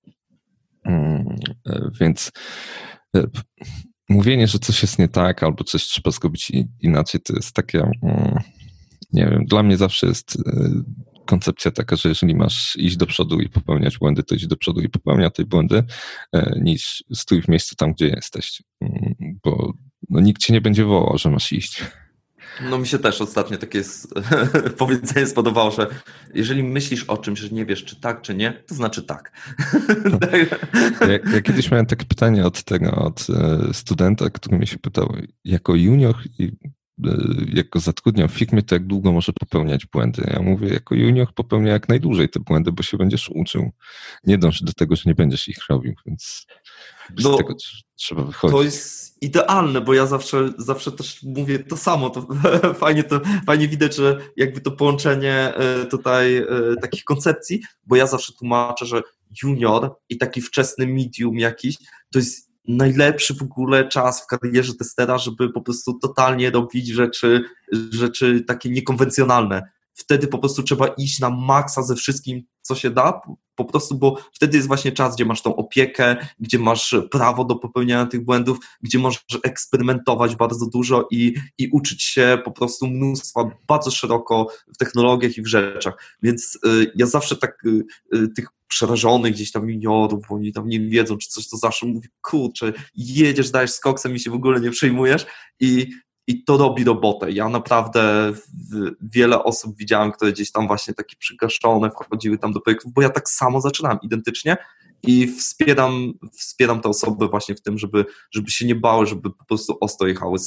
Więc mówienie, że coś jest nie tak albo coś trzeba zrobić inaczej, to jest takie, nie wiem, dla mnie zawsze jest koncepcja taka, że jeżeli masz iść do przodu i popełniać błędy, to idź do przodu i popełnia te błędy, niż stój w miejscu tam, gdzie jesteś, bo nikt cię nie będzie wołał, że masz iść. No mi się też ostatnio takie powiedzenie spodobało, że jeżeli myślisz o czymś, że nie wiesz, czy tak, czy nie, to znaczy tak. Ja kiedyś miałem takie pytanie od studenta, który mnie się pytał, jako junior i jak go zatrudniam w firmie, to jak długo może popełniać błędy? Ja mówię, jako junior popełnia jak najdłużej te błędy, bo się będziesz uczył. Nie dąż do tego, że nie będziesz ich robił, więc z tego trzeba wychodzić. To jest idealne, bo ja zawsze też mówię to samo. To fajnie widać, że jakby to połączenie tutaj takich koncepcji, bo ja zawsze tłumaczę, że junior i taki wczesny medium jakiś, to jest najlepszy w ogóle czas w karierze testera, żeby po prostu totalnie robić rzeczy takie niekonwencjonalne. Wtedy po prostu trzeba iść na maksa ze wszystkim, co się da, po prostu, bo wtedy jest właśnie czas, gdzie masz tą opiekę, gdzie masz prawo do popełniania tych błędów, gdzie możesz eksperymentować bardzo dużo i uczyć się po prostu mnóstwa, bardzo szeroko w technologiach i w rzeczach. Więc ja zawsze tak tych przerażonych gdzieś tam juniorów, bo oni tam nie wiedzą, czy coś, to zawsze mówię, kurczę, jedziesz, dajesz z koksem i się w ogóle nie przejmujesz i to robi robotę. Ja naprawdę wiele osób widziałem, które gdzieś tam właśnie takie przygaszone wchodziły tam do projektów, bo ja tak samo zaczynałem identycznie i wspieram te osoby właśnie w tym, żeby się nie bały, żeby po prostu ostro jechały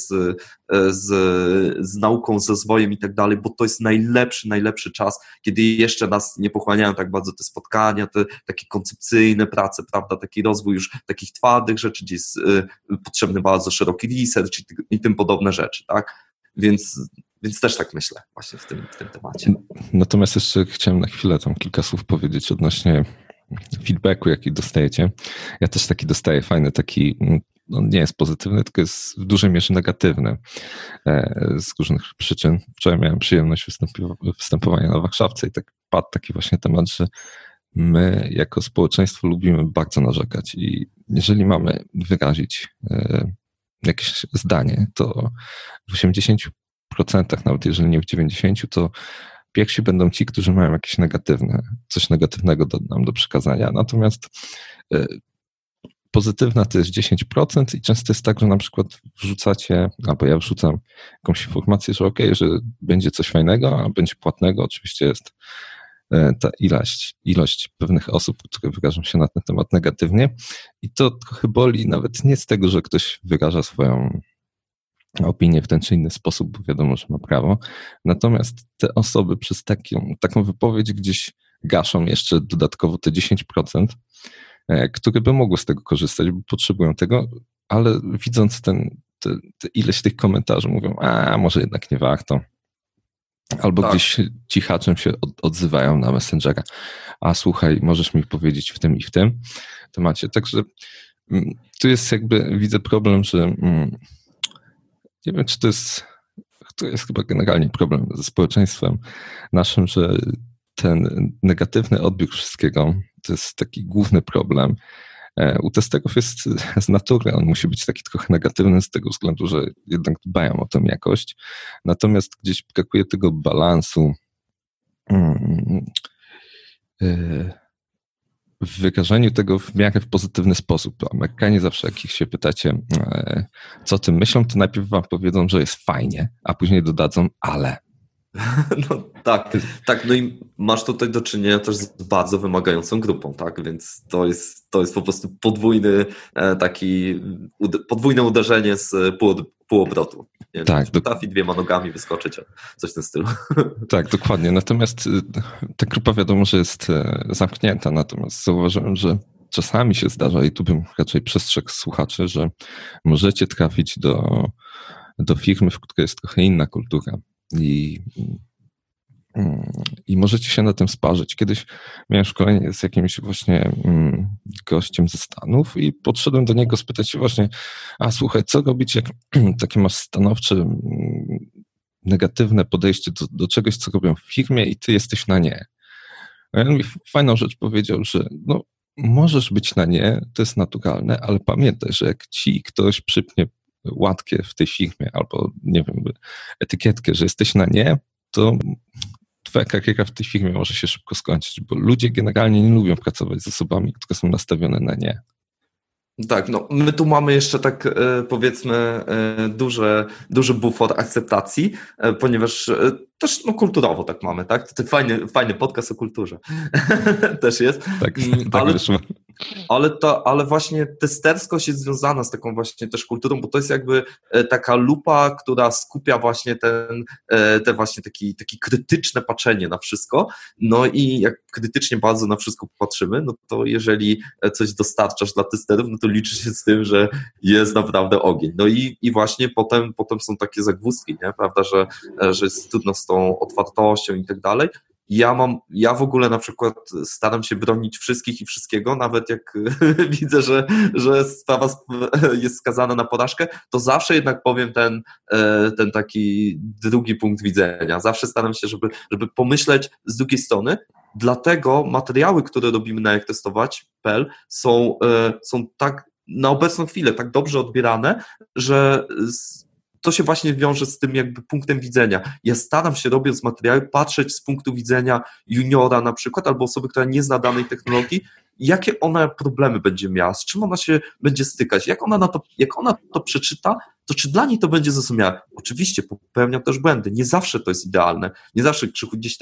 z nauką, z rozwojem i tak dalej, bo to jest najlepszy czas, kiedy jeszcze nas nie pochłaniają tak bardzo te spotkania, te takie koncepcyjne prace, prawda, taki rozwój już takich twardych rzeczy, gdzie jest potrzebny bardzo szeroki research i tym podobne rzeczy, tak? Więc też tak myślę właśnie w tym temacie. Natomiast jeszcze chciałem na chwilę tam kilka słów powiedzieć odnośnie feedbacku, jaki dostajecie. Ja też taki dostaję fajny, taki, on nie jest pozytywny, tylko jest w dużej mierze negatywny z różnych przyczyn. Wczoraj miałem przyjemność występowania na Warszawce i tak padł taki właśnie temat, że my jako społeczeństwo lubimy bardzo narzekać i jeżeli mamy wyrazić jakieś zdanie, to w 80%, nawet jeżeli nie w 90%, to pierwsi będą ci, którzy mają jakieś coś negatywnego nam do przekazania. Natomiast pozytywna to jest 10% i często jest tak, że na przykład wrzucacie, albo ja wrzucam jakąś informację, że okej, że będzie coś fajnego, a będzie płatnego. Oczywiście jest ta ilość pewnych osób, które wyrażą się na ten temat negatywnie i to trochę boli nawet nie z tego, że ktoś wyraża swoją opinię w ten czy inny sposób, bo wiadomo, że ma prawo. Natomiast te osoby przez taką wypowiedź gdzieś gaszą jeszcze dodatkowo te 10%, które by mogły z tego korzystać, bo potrzebują tego, ale widząc tę ileś tych komentarzy mówią, a może jednak nie warto. Albo tak. Gdzieś cichaczem się odzywają na Messengera. A słuchaj, możesz mi powiedzieć w tym i w tym temacie. Także tu jest jakby, widzę problem, że nie wiem, czy to jest chyba generalnie problem ze społeczeństwem naszym, że ten negatywny odbiór wszystkiego to jest taki główny problem. U testerów jest z natury, on musi być taki trochę negatywny z tego względu, że jednak dbają o tę jakość, natomiast gdzieś brakuje tego balansu w wyrażeniu tego w miarę w pozytywny sposób. Amerykanie zawsze, jak ich się pytacie, co o tym myślą, to najpierw wam powiedzą, że jest fajnie, a później dodadzą, ale... No tak, no i masz tutaj do czynienia też z bardzo wymagającą grupą, tak, więc to jest po prostu podwójne uderzenie z półobrotu. Nie, tak, potrafi 2 nogami wyskoczyć, coś w tym stylu. Tak, dokładnie, natomiast ta grupa wiadomo, że jest zamknięta, natomiast zauważyłem, że czasami się zdarza i tu bym raczej przestrzegł słuchaczy, że możecie trafić do firmy, w której jest trochę inna kultura. I możecie się na tym sparzyć. Kiedyś miałem szkolenie z jakimś właśnie gościem ze Stanów i podszedłem do niego spytać się właśnie, a słuchaj, co robić, jak takie masz stanowcze, negatywne podejście do czegoś, co robią w firmie i ty jesteś na nie. A on mi fajną rzecz powiedział, że no, możesz być na nie, to jest naturalne, ale pamiętaj, że jak ci ktoś przypnie łatkę w tej firmie albo, nie wiem, etykietkę, że jesteś na nie, to twoja kariera w tej firmie może się szybko skończyć, bo ludzie generalnie nie lubią pracować z osobami, które są nastawione na nie. Tak, no my tu mamy jeszcze tak powiedzmy duży bufor akceptacji, ponieważ też no, kulturowo tak mamy, tak? To fajny podcast o kulturze też jest. Tak ale właśnie testerskość jest związana z taką właśnie też kulturą, bo to jest jakby taka lupa, która skupia właśnie te właśnie takie krytyczne patrzenie na wszystko, no i jak krytycznie bardzo na wszystko patrzymy, no to jeżeli coś dostarczasz dla testerów, no to liczy się z tym, że jest naprawdę ogień. No i właśnie potem są takie zagwozdki, nie? Prawda, że jest trudno z tą otwartością i tak dalej. Ja w ogóle na przykład staram się bronić wszystkich i wszystkiego, nawet jak widzę, że sprawa jest skazana na porażkę, to zawsze jednak powiem ten taki drugi punkt widzenia. Zawsze staram się, żeby pomyśleć z drugiej strony. Dlatego materiały, które robimy na jaktestować.pl są tak na obecną chwilę tak dobrze odbierane, że to się właśnie wiąże z tym jakby punktem widzenia. Ja staram się, robiąc materiały, patrzeć z punktu widzenia juniora na przykład, albo osoby, która nie zna danej technologii, jakie ona problemy będzie miała, z czym ona się będzie stykać, jak ona to przeczyta, to czy dla niej to będzie zrozumiałe. Oczywiście popełniam też błędy, nie zawsze to jest idealne, nie zawsze Krzychu gdzieś tam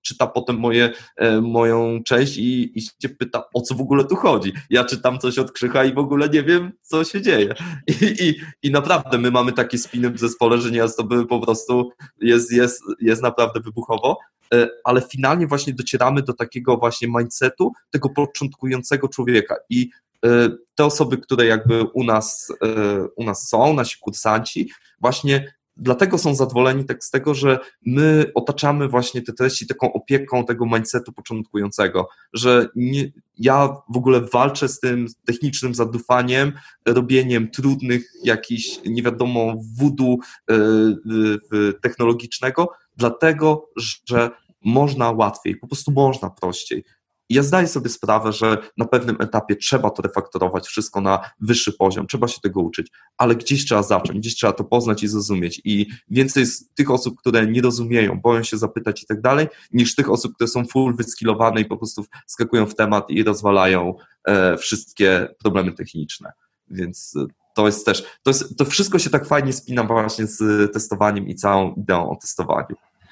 czyta potem moją część i się pyta, o co w ogóle tu chodzi. Ja czytam coś od Krzycha i w ogóle nie wiem, co się dzieje. I naprawdę my mamy takie spiny w zespole, że nieraz to by po prostu jest naprawdę wybuchowo, ale finalnie właśnie docieramy do takiego właśnie mindsetu tego początkującego człowieka i te osoby, które jakby u nas są, nasi kursanci, właśnie dlatego są zadowoleni tak z tego, że my otaczamy właśnie te treści taką opieką tego mindsetu początkującego, że ja w ogóle walczę z tym technicznym zadufaniem, robieniem trudnych jakichś, nie wiadomo, voodoo technologicznego, dlatego, że można łatwiej, po prostu można prościej. I ja zdaję sobie sprawę, że na pewnym etapie trzeba to refaktorować wszystko na wyższy poziom, trzeba się tego uczyć, ale gdzieś trzeba zacząć, gdzieś trzeba to poznać i zrozumieć i więcej jest tych osób, które nie rozumieją, boją się zapytać i tak dalej, niż tych osób, które są full wyskillowane i po prostu wskakują w temat i rozwalają wszystkie problemy techniczne, więc to jest też, to wszystko się tak fajnie spina właśnie z testowaniem i całą ideą o testowaniu.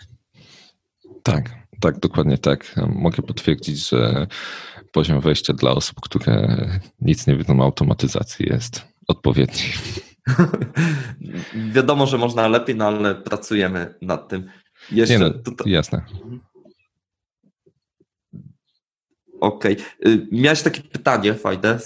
Tak, dokładnie tak. Mogę potwierdzić, że poziom wejścia dla osób, które nic nie wiedzą o automatyzacji, jest odpowiedni. Wiadomo, że można lepiej, no ale pracujemy nad tym. Jasne. Okej. Miałeś takie pytanie fajne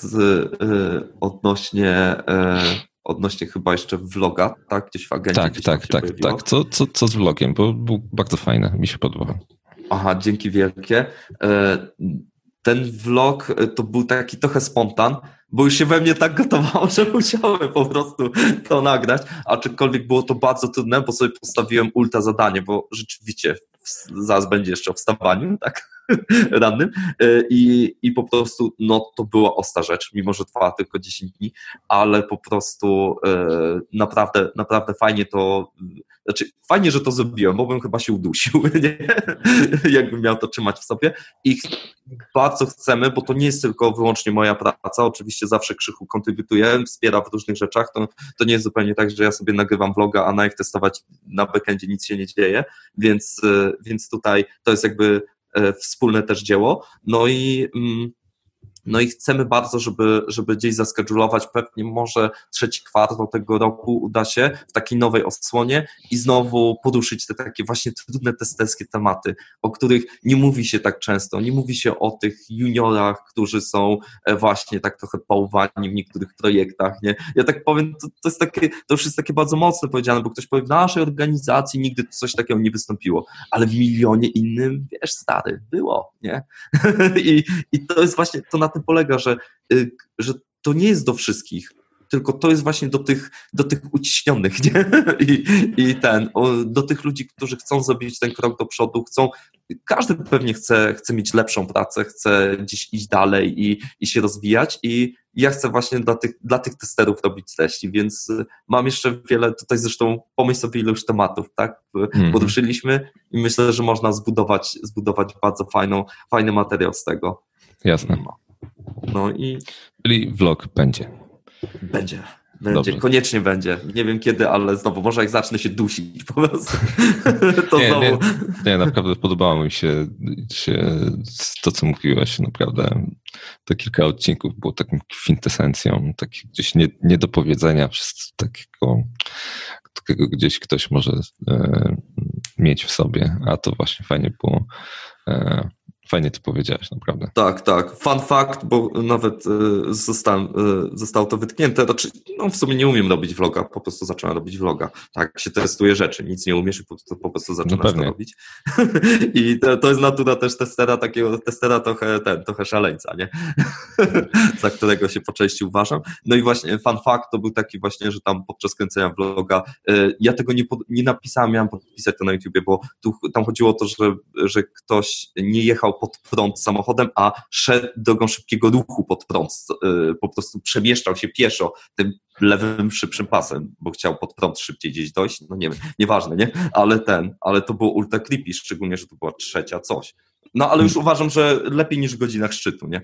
odnośnie chyba jeszcze vloga, tak? Gdzieś w agendzie. Tak. Co z vlogiem? Bo był bardzo fajny, mi się podobał. Aha, dzięki wielkie. Ten vlog to był taki trochę spontan, bo już się we mnie tak gotowało, że musiałem po prostu to nagrać, aczkolwiek było to bardzo trudne, bo sobie postawiłem ultra zadanie, bo rzeczywiście zaraz będzie jeszcze o wstawaniu, tak, rannym i po prostu, no to była ostra rzecz, mimo że trwała tylko 10 dni, ale po prostu naprawdę fajnie to, fajnie, że to zrobiłem, bo bym chyba się udusił, nie? Jakbym miał to trzymać w sobie i bardzo chcemy, bo to nie jest tylko wyłącznie moja praca, oczywiście zawsze Krzychu kontrybutuje, wspiera w różnych rzeczach, to nie jest zupełnie tak, że ja sobie nagrywam vloga, a na jak testować na backendzie nic się nie dzieje, więc tutaj to jest jakby wspólne też dzieło, no i chcemy bardzo, żeby gdzieś zaskedulować, pewnie może trzeci kwartał tego roku uda się w takiej nowej odsłonie i znowu poruszyć te takie właśnie trudne testerskie tematy, o których nie mówi się tak często, nie mówi się o tych juniorach, którzy są właśnie tak trochę pałowani w niektórych projektach, nie? Ja tak powiem, to już jest takie bardzo mocne powiedziane, bo ktoś powie, w naszej organizacji nigdy coś takiego nie wystąpiło, ale w milionie innym, wiesz, stary, było, nie? I to jest właśnie, to na tym polega, że to nie jest do wszystkich, tylko to jest właśnie do tych uciśnionych, nie? Do tych ludzi, którzy chcą zrobić ten krok do przodu, każdy pewnie chce mieć lepszą pracę, chce gdzieś iść dalej i się rozwijać i ja chcę właśnie dla tych testerów robić treści, więc mam jeszcze wiele, tutaj zresztą pomyśl sobie ile już tematów, tak? Poruszyliśmy i myślę, że można zbudować bardzo fajny materiał z tego. Jasne. No i... Czyli vlog będzie. Będzie, koniecznie będzie. Nie wiem kiedy, ale znowu, może jak zacznę się dusić po prostu, to znowu... Nie, naprawdę podobało mi się to, co mówiłeś. Naprawdę te kilka odcinków było taką kwintesencją, takiego gdzieś nie do powiedzenia, przez takiego gdzieś ktoś może mieć w sobie, a to właśnie fajnie było. Fajnie to powiedziałeś, naprawdę. Tak. Fun fact, bo nawet zostało to wytknięte. Znaczy, w sumie nie umiem robić vloga, po prostu zacząłem robić vloga. Tak się testuje rzeczy, nic nie umiesz i po prostu zaczynasz to robić. I to jest natura też testera trochę szaleńca, nie? Za którego się po części uważam. No i właśnie fun fact to był taki właśnie, że tam podczas kręcenia vloga ja tego nie napisałem, miałem podpisać to na YouTubie, bo tam chodziło o to, że ktoś nie jechał pod prąd samochodem, a szedł drogą szybkiego ruchu pod prąd. Po prostu przemieszczał się pieszo tym lewym, szybszym pasem, bo chciał pod prąd szybciej gdzieś dojść. No nie wiem, nieważne, nie? Ale to było ultra creepy, szczególnie, że to była trzecia coś. No ale już uważam, że lepiej niż w godzinach szczytu, nie?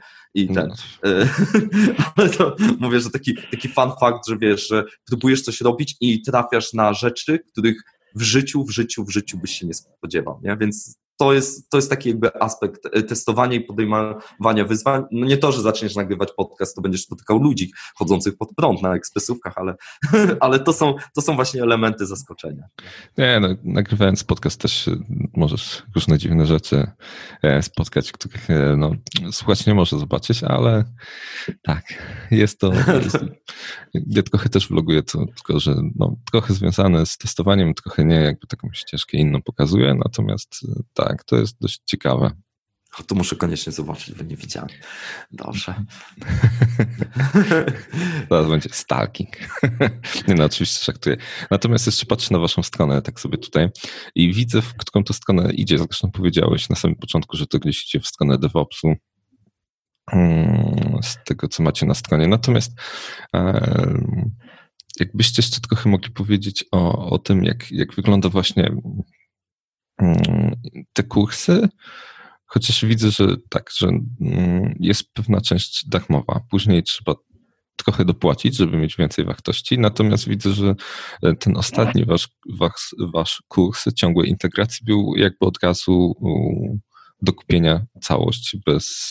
Ale to mówię, że taki fun fact, że wiesz, że próbujesz coś robić i trafiasz na rzeczy, których w życiu byś się nie spodziewał, nie? Więc to jest taki jakby aspekt testowania i podejmowania wyzwań. No nie to, że zaczniesz nagrywać podcast, to będziesz spotykał ludzi chodzących pod prąd na ekspresówkach, ale to są właśnie elementy zaskoczenia. Nie, no, nagrywając podcast też możesz różne dziwne rzeczy spotkać, których słuchacz nie może zobaczyć, ale tak, jest to... Ja trochę też vloguję, tylko że trochę związane z testowaniem, trochę nie, jakby taką ścieżkę inną pokazuję, natomiast tak, to jest dość ciekawe. To muszę koniecznie zobaczyć, bo nie widziałem. Dobrze. Teraz będzie stalking. Nie, no oczywiście żartuję. Natomiast jeszcze patrzę na waszą stronę, tak sobie tutaj i widzę, w którą to stronę idzie. Zresztą powiedziałeś na samym początku, że to gdzieś idzie w stronę DevOpsu. Z tego, co macie na stronie. Natomiast jakbyście jeszcze trochę mogli powiedzieć o tym, jak wygląda właśnie te kursy, chociaż widzę, że tak, że jest pewna część darmowa. Później trzeba trochę dopłacić, żeby mieć więcej wartości. Natomiast widzę, że ten ostatni wasz kurs ciągłej integracji był jakby od razu do kupienia całość bez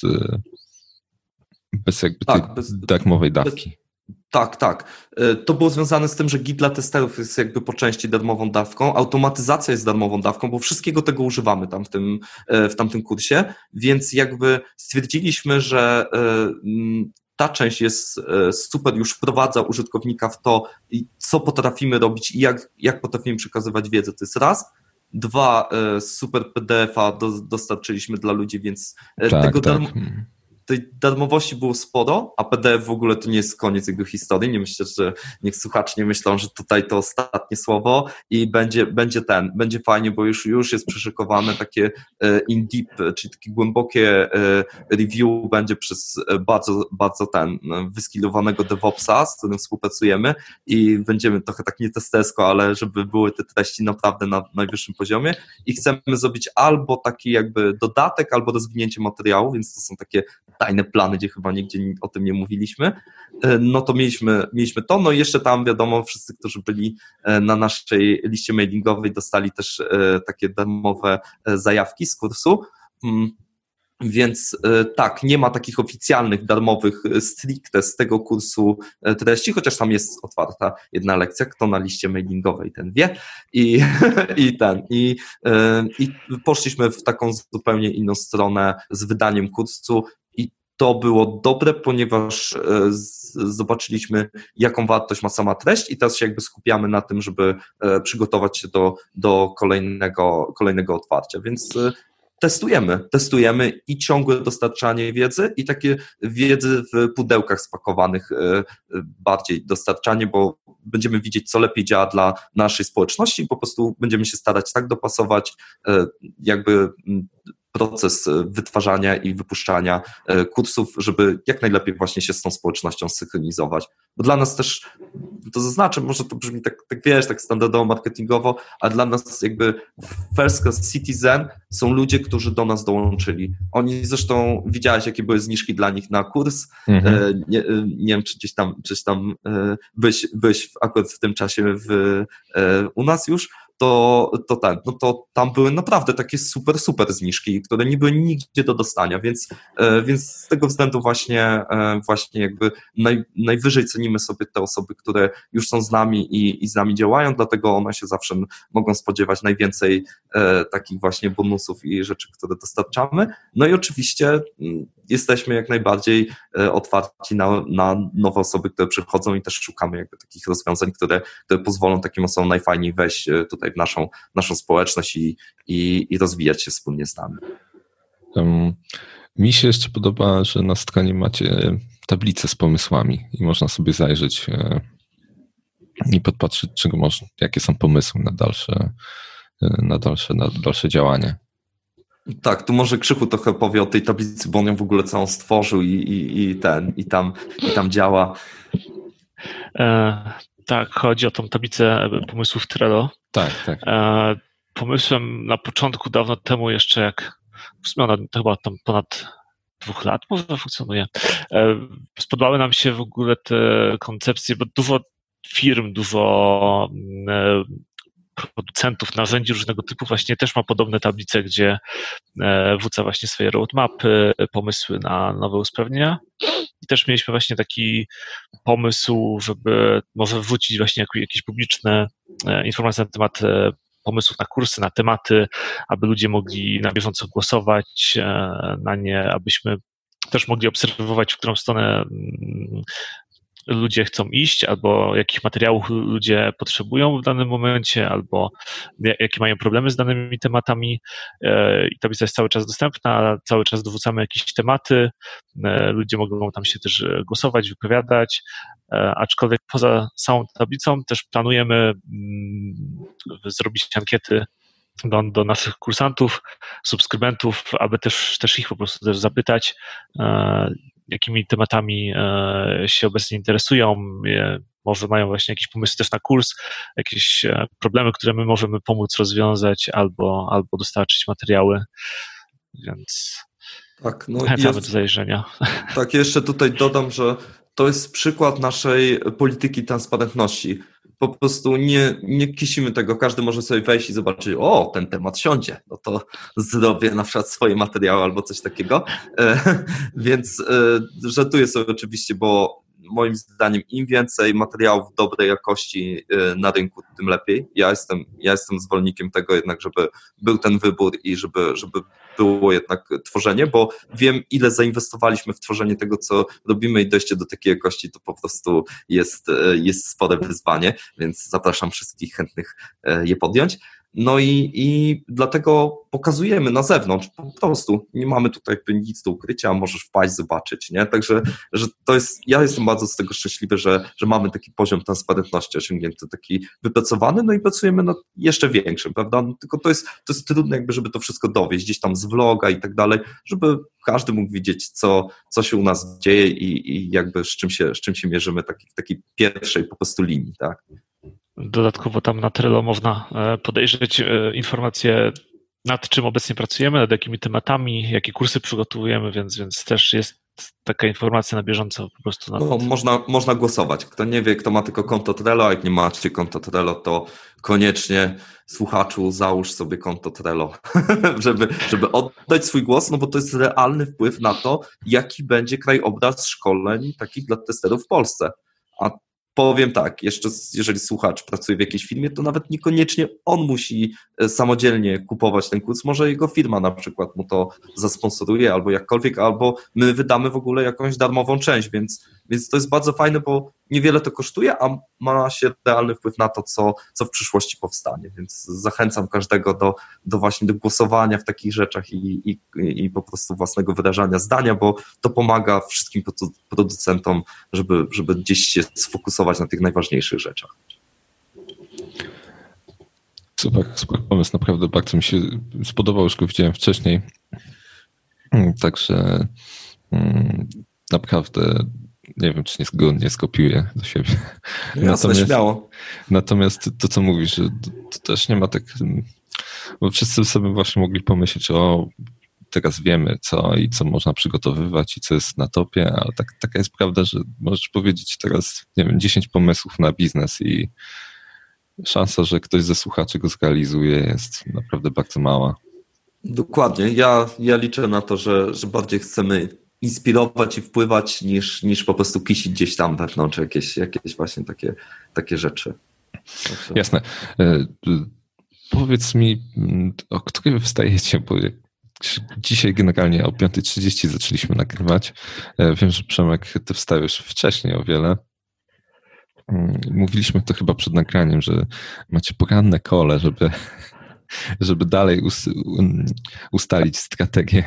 jakby tej darmowej dawki. Tak. To było związane z tym, że Git dla testerów jest jakby po części darmową dawką, automatyzacja jest darmową dawką, bo wszystkiego tego używamy tam w tamtym kursie, więc jakby stwierdziliśmy, że ta część jest super, już wprowadza użytkownika w to, co potrafimy robić i jak potrafimy przekazywać wiedzę, to jest raz. 2, super PDF-a dostarczyliśmy dla ludzi, więc tej darmowości było sporo, a PDF w ogóle to nie jest koniec jego historii. Nie myślę, że niech słuchacze nie myślą, że tutaj to ostatnie słowo i będzie fajnie, bo już jest przyszykowane takie in deep, czyli takie głębokie review będzie przez bardzo, bardzo wyskillowanego DevOpsa, z którym współpracujemy i będziemy trochę tak nie testersko, ale żeby były te treści naprawdę na najwyższym poziomie i chcemy zrobić albo taki jakby dodatek, albo rozwinięcie materiału, więc to są takie tajne plany, gdzie chyba nigdzie o tym nie mówiliśmy, no to mieliśmy to, no i jeszcze tam wiadomo, wszyscy, którzy byli na naszej liście mailingowej dostali też takie darmowe zajawki z kursu, więc tak, nie ma takich oficjalnych, darmowych stricte z tego kursu treści, chociaż tam jest otwarta jedna lekcja, kto na liście mailingowej, ten wie i poszliśmy w taką zupełnie inną stronę z wydaniem kursu i to było dobre, ponieważ zobaczyliśmy, jaką wartość ma sama treść i teraz się jakby skupiamy na tym, żeby przygotować się do kolejnego otwarcia, więc testujemy i ciągłe dostarczanie wiedzy i takie wiedzy w pudełkach spakowanych bardziej dostarczanie, bo będziemy widzieć, co lepiej działa dla naszej społeczności i po prostu będziemy się starać tak dopasować jakby proces wytwarzania i wypuszczania kursów, żeby jak najlepiej właśnie się z tą społecznością synchronizować. Bo dla nas też, to zaznaczę, może to brzmi tak wiesz, tak standardowo, marketingowo, a dla nas jakby first class citizen są ludzie, którzy do nas dołączyli. Oni zresztą, widziałeś, jakie były zniżki dla nich na kurs. Nie wiem, czy gdzieś tam byłeś akurat w tym czasie u nas już, to tam były naprawdę takie super zniżki, które nie były nigdzie do dostania, więc z tego względu właśnie jakby najwyżej cenimy sobie te osoby, które już są z nami i z nami działają, dlatego one się zawsze mogą spodziewać najwięcej takich właśnie bonusów i rzeczy, które dostarczamy. No i oczywiście jesteśmy jak najbardziej otwarci na nowe osoby, które przychodzą i też szukamy jakby takich rozwiązań, które pozwolą takim osobom najfajniej wejść tutaj w naszą społeczność i rozwijać się wspólnie z nami. Mi się jeszcze podoba, że na stronie macie tablicę z pomysłami i można sobie zajrzeć i podpatrzeć, jakie są pomysły na dalsze działanie. Tak, tu może Krzychu trochę powie o tej tablicy, bo on ją w ogóle całą stworzył i tam działa. Tak, chodzi o tą tablicę pomysłów Trello. Tak. Pomysłem na początku, dawno temu jeszcze, jak w sumie ona chyba tam ponad 2 lat może funkcjonuje. Spodobały nam się w ogóle te koncepcje, bo dużo firm, dużo producentów narzędzi różnego typu właśnie też ma podobne tablice, gdzie wrzuca właśnie swoje roadmapy, pomysły na nowe usprawnienia. I też mieliśmy właśnie taki pomysł, żeby może wrzucić właśnie jakieś publiczne informacje na temat pomysłów na kursy, na tematy, aby ludzie mogli na bieżąco głosować na nie, abyśmy też mogli obserwować, w którą stronę ludzie chcą iść, albo jakich materiałów ludzie potrzebują w danym momencie, albo jakie mają problemy z danymi tematami. I tablica jest cały czas dostępna, cały czas dorzucamy jakieś tematy, ludzie mogą tam się też głosować, wypowiadać, aczkolwiek poza samą tablicą też planujemy zrobić ankiety do naszych kursantów, subskrybentów, aby też ich po prostu też zapytać, jakimi tematami się obecnie interesują, może mają właśnie jakieś pomysły też na kurs, jakieś problemy, które my możemy pomóc rozwiązać albo dostarczyć materiały, więc tak, chęcamy do zajrzenia. Tak, jeszcze tutaj dodam, że to jest przykład naszej polityki transparentności. Po prostu nie kisimy tego, każdy może sobie wejść i zobaczyć, o, ten temat siądzie, no to zrobię na przykład swoje materiały albo coś takiego, więc żartuję sobie oczywiście, bo moim zdaniem im więcej materiałów dobrej jakości na rynku, tym lepiej. Ja jestem zwolennikiem tego jednak, żeby był ten wybór i żeby było jednak tworzenie, bo wiem, ile zainwestowaliśmy w tworzenie tego, co robimy i dojście do takiej jakości, to po prostu jest spore wyzwanie, więc zapraszam wszystkich chętnych je podjąć. No i dlatego pokazujemy na zewnątrz, po prostu nie mamy tutaj jakby nic do ukrycia, możesz wpaść, zobaczyć, nie? Także, że to jest, ja jestem bardzo z tego szczęśliwy, że mamy taki poziom transparentności osiągnięty, taki wypracowany, no i pracujemy nad jeszcze większym, prawda? No, tylko to jest trudne jakby, żeby to wszystko dowieść, gdzieś tam z vloga i tak dalej, żeby każdy mógł widzieć, co się u nas dzieje i jakby z czym się mierzymy w takiej pierwszej po prostu linii, tak? Dodatkowo tam na Trello można podejrzeć informacje, nad czym obecnie pracujemy, nad jakimi tematami, jakie kursy przygotowujemy, więc też jest taka informacja na bieżąco po prostu. No, można głosować. Kto nie wie, kto ma tylko konto Trello, a jak nie macie konto Trello, to koniecznie słuchaczu załóż sobie konto Trello, żeby oddać swój głos, no bo to jest realny wpływ na to, jaki będzie krajobraz szkoleń takich dla testerów w Polsce. A powiem tak, jeszcze jeżeli słuchacz pracuje w jakiejś firmie, to nawet niekoniecznie on musi samodzielnie kupować ten kurs, może jego firma na przykład mu to zasponsoruje albo jakkolwiek, albo my wydamy w ogóle jakąś darmową część, więc to jest bardzo fajne, bo niewiele to kosztuje, a ma się realny wpływ na to, co w przyszłości powstanie, więc zachęcam każdego do właśnie do głosowania w takich rzeczach i po prostu własnego wyrażania zdania, bo to pomaga wszystkim producentom, żeby gdzieś się sfokusować na tych najważniejszych rzeczach. Super pomysł, naprawdę bardzo mi się spodobał, już go widziałem wcześniej, także naprawdę nie wiem, czy go nie skopiuję do siebie. Śmiało. Natomiast to, co mówisz, że to też nie ma tak, bo wszyscy sobie właśnie mogli pomyśleć, o teraz wiemy co można przygotowywać i co jest na topie, ale taka jest prawda, że możesz powiedzieć teraz, nie wiem, 10 pomysłów na biznes i szansa, że ktoś ze słuchaczy go zrealizuje, jest naprawdę bardzo mała. Dokładnie. Ja liczę na to, że bardziej chcemy inspirować i wpływać niż po prostu kisić gdzieś tam wewnątrz jakieś właśnie takie rzeczy. Jasne. Powiedz mi, o której wstajecie, bo dzisiaj generalnie o 5:30 zaczęliśmy nagrywać. Wiem, że Przemek, ty wstajesz wcześniej o wiele. Mówiliśmy to chyba przed nagraniem, że macie poranne kole, żeby dalej ustalić strategię.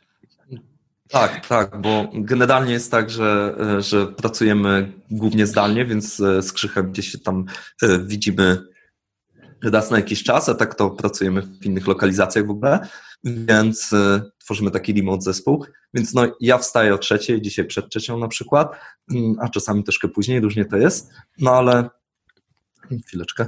Tak, bo generalnie jest tak, że pracujemy głównie zdalnie, więc z Krzychem gdzieś się tam widzimy raz na jakiś czas, a tak to pracujemy w innych lokalizacjach w ogóle, więc tworzymy taki remote zespół, więc no ja wstaję o 3:00, dzisiaj przed 3:00 na przykład, a czasami troszkę później, różnie to jest, no ale chwileczkę.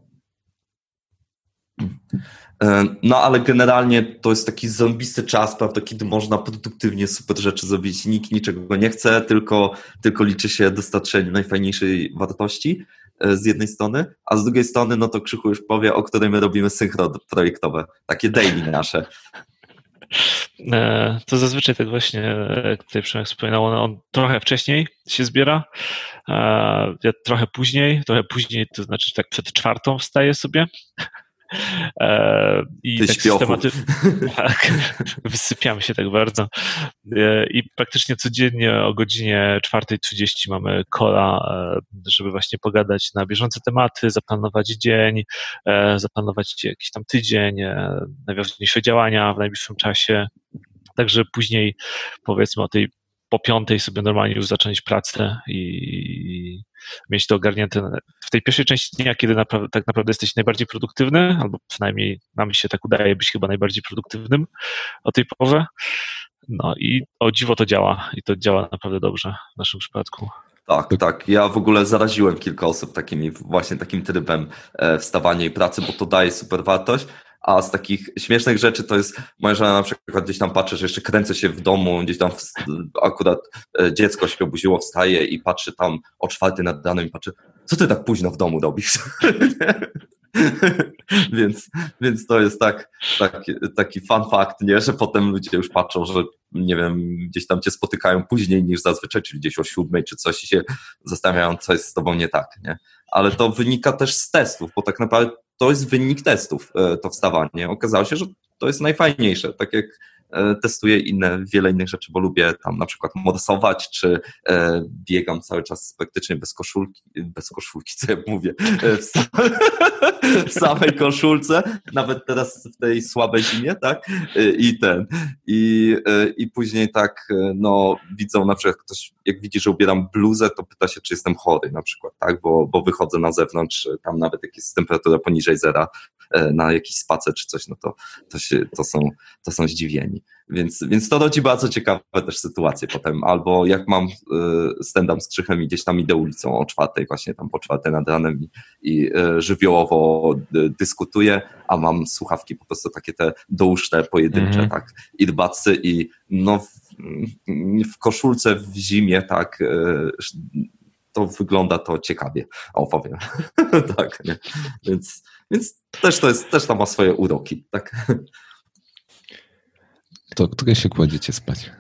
No ale generalnie to jest taki zombisty czas, prawda, kiedy można produktywnie super rzeczy zrobić. Nikt niczego nie chce, tylko liczy się dostarczenie najfajniejszej wartości. z jednej strony, a z drugiej strony, no to Krzychu już powie, o której my robimy synchro projektowe, takie daily nasze. To zazwyczaj tak właśnie, jak tutaj Przemek wspominał, on trochę wcześniej się zbiera, ja trochę później, to znaczy tak przed 4 wstaję sobie. I tak systematycznie tak, wysypiamy się tak bardzo. I praktycznie codziennie o godzinie 4:30 mamy calla, żeby właśnie pogadać na bieżące tematy, zaplanować dzień, zaplanować jakiś tam tydzień, najważniejsze działania w najbliższym czasie. Także później, powiedzmy po 5:00 sobie normalnie już zacząć pracę i mieć to ogarnięte w tej pierwszej części dnia, kiedy tak naprawdę jesteś najbardziej produktywny, albo przynajmniej nam się tak udaje być chyba najbardziej produktywnym o tej porze. No i o dziwo to działa i to działa naprawdę dobrze w naszym przypadku. Tak. Ja w ogóle zaraziłem kilka osób takim trybem wstawania i pracy, bo to daje super wartość. A z takich śmiesznych rzeczy to jest, moja żona na przykład gdzieś tam patrzy, że jeszcze kręcę się w domu, gdzieś tam akurat dziecko się obudziło, wstaje i patrzy tam o 4:00 nad ranem i patrzy, co ty tak późno w domu robisz? Więc to jest taki fun fact, nie? Że potem ludzie już patrzą, że nie wiem, gdzieś tam cię spotykają później niż zazwyczaj, czyli gdzieś o 7:00 czy coś i się zastanawiają, co jest z tobą nie tak, nie? Ale to wynika też z testów, bo tak naprawdę to jest wynik testów, to wstawanie. Okazało się, że to jest najfajniejsze, tak jak testuję wiele innych rzeczy, bo lubię tam na przykład morsować, czy biegam cały czas praktycznie bez koszulki, co ja mówię, w samej koszulce, nawet teraz w tej słabej zimie, tak? I później tak, no widzą na przykład ktoś, jak widzi, że ubieram bluzę, to pyta się, czy jestem chory na przykład, tak? Bo wychodzę na zewnątrz, tam nawet jak jest temperatura poniżej zera, na jakiś spacer czy coś, no to są zdziwieni. Więc to rodzi bardzo ciekawe też sytuacje potem, albo jak mam stand-up z Krzychem i gdzieś tam idę ulicą o 4:00, właśnie tam po 4:00 nad ranem i żywiołowo dyskutuję, a mam słuchawki po prostu takie te douszne, pojedyncze, tak, earbudsy i no w koszulce w zimie, tak, to wygląda to ciekawie, opowiem. Tak, nie? Więc też to ma swoje uroki, tak. To o której się kładziecie spać?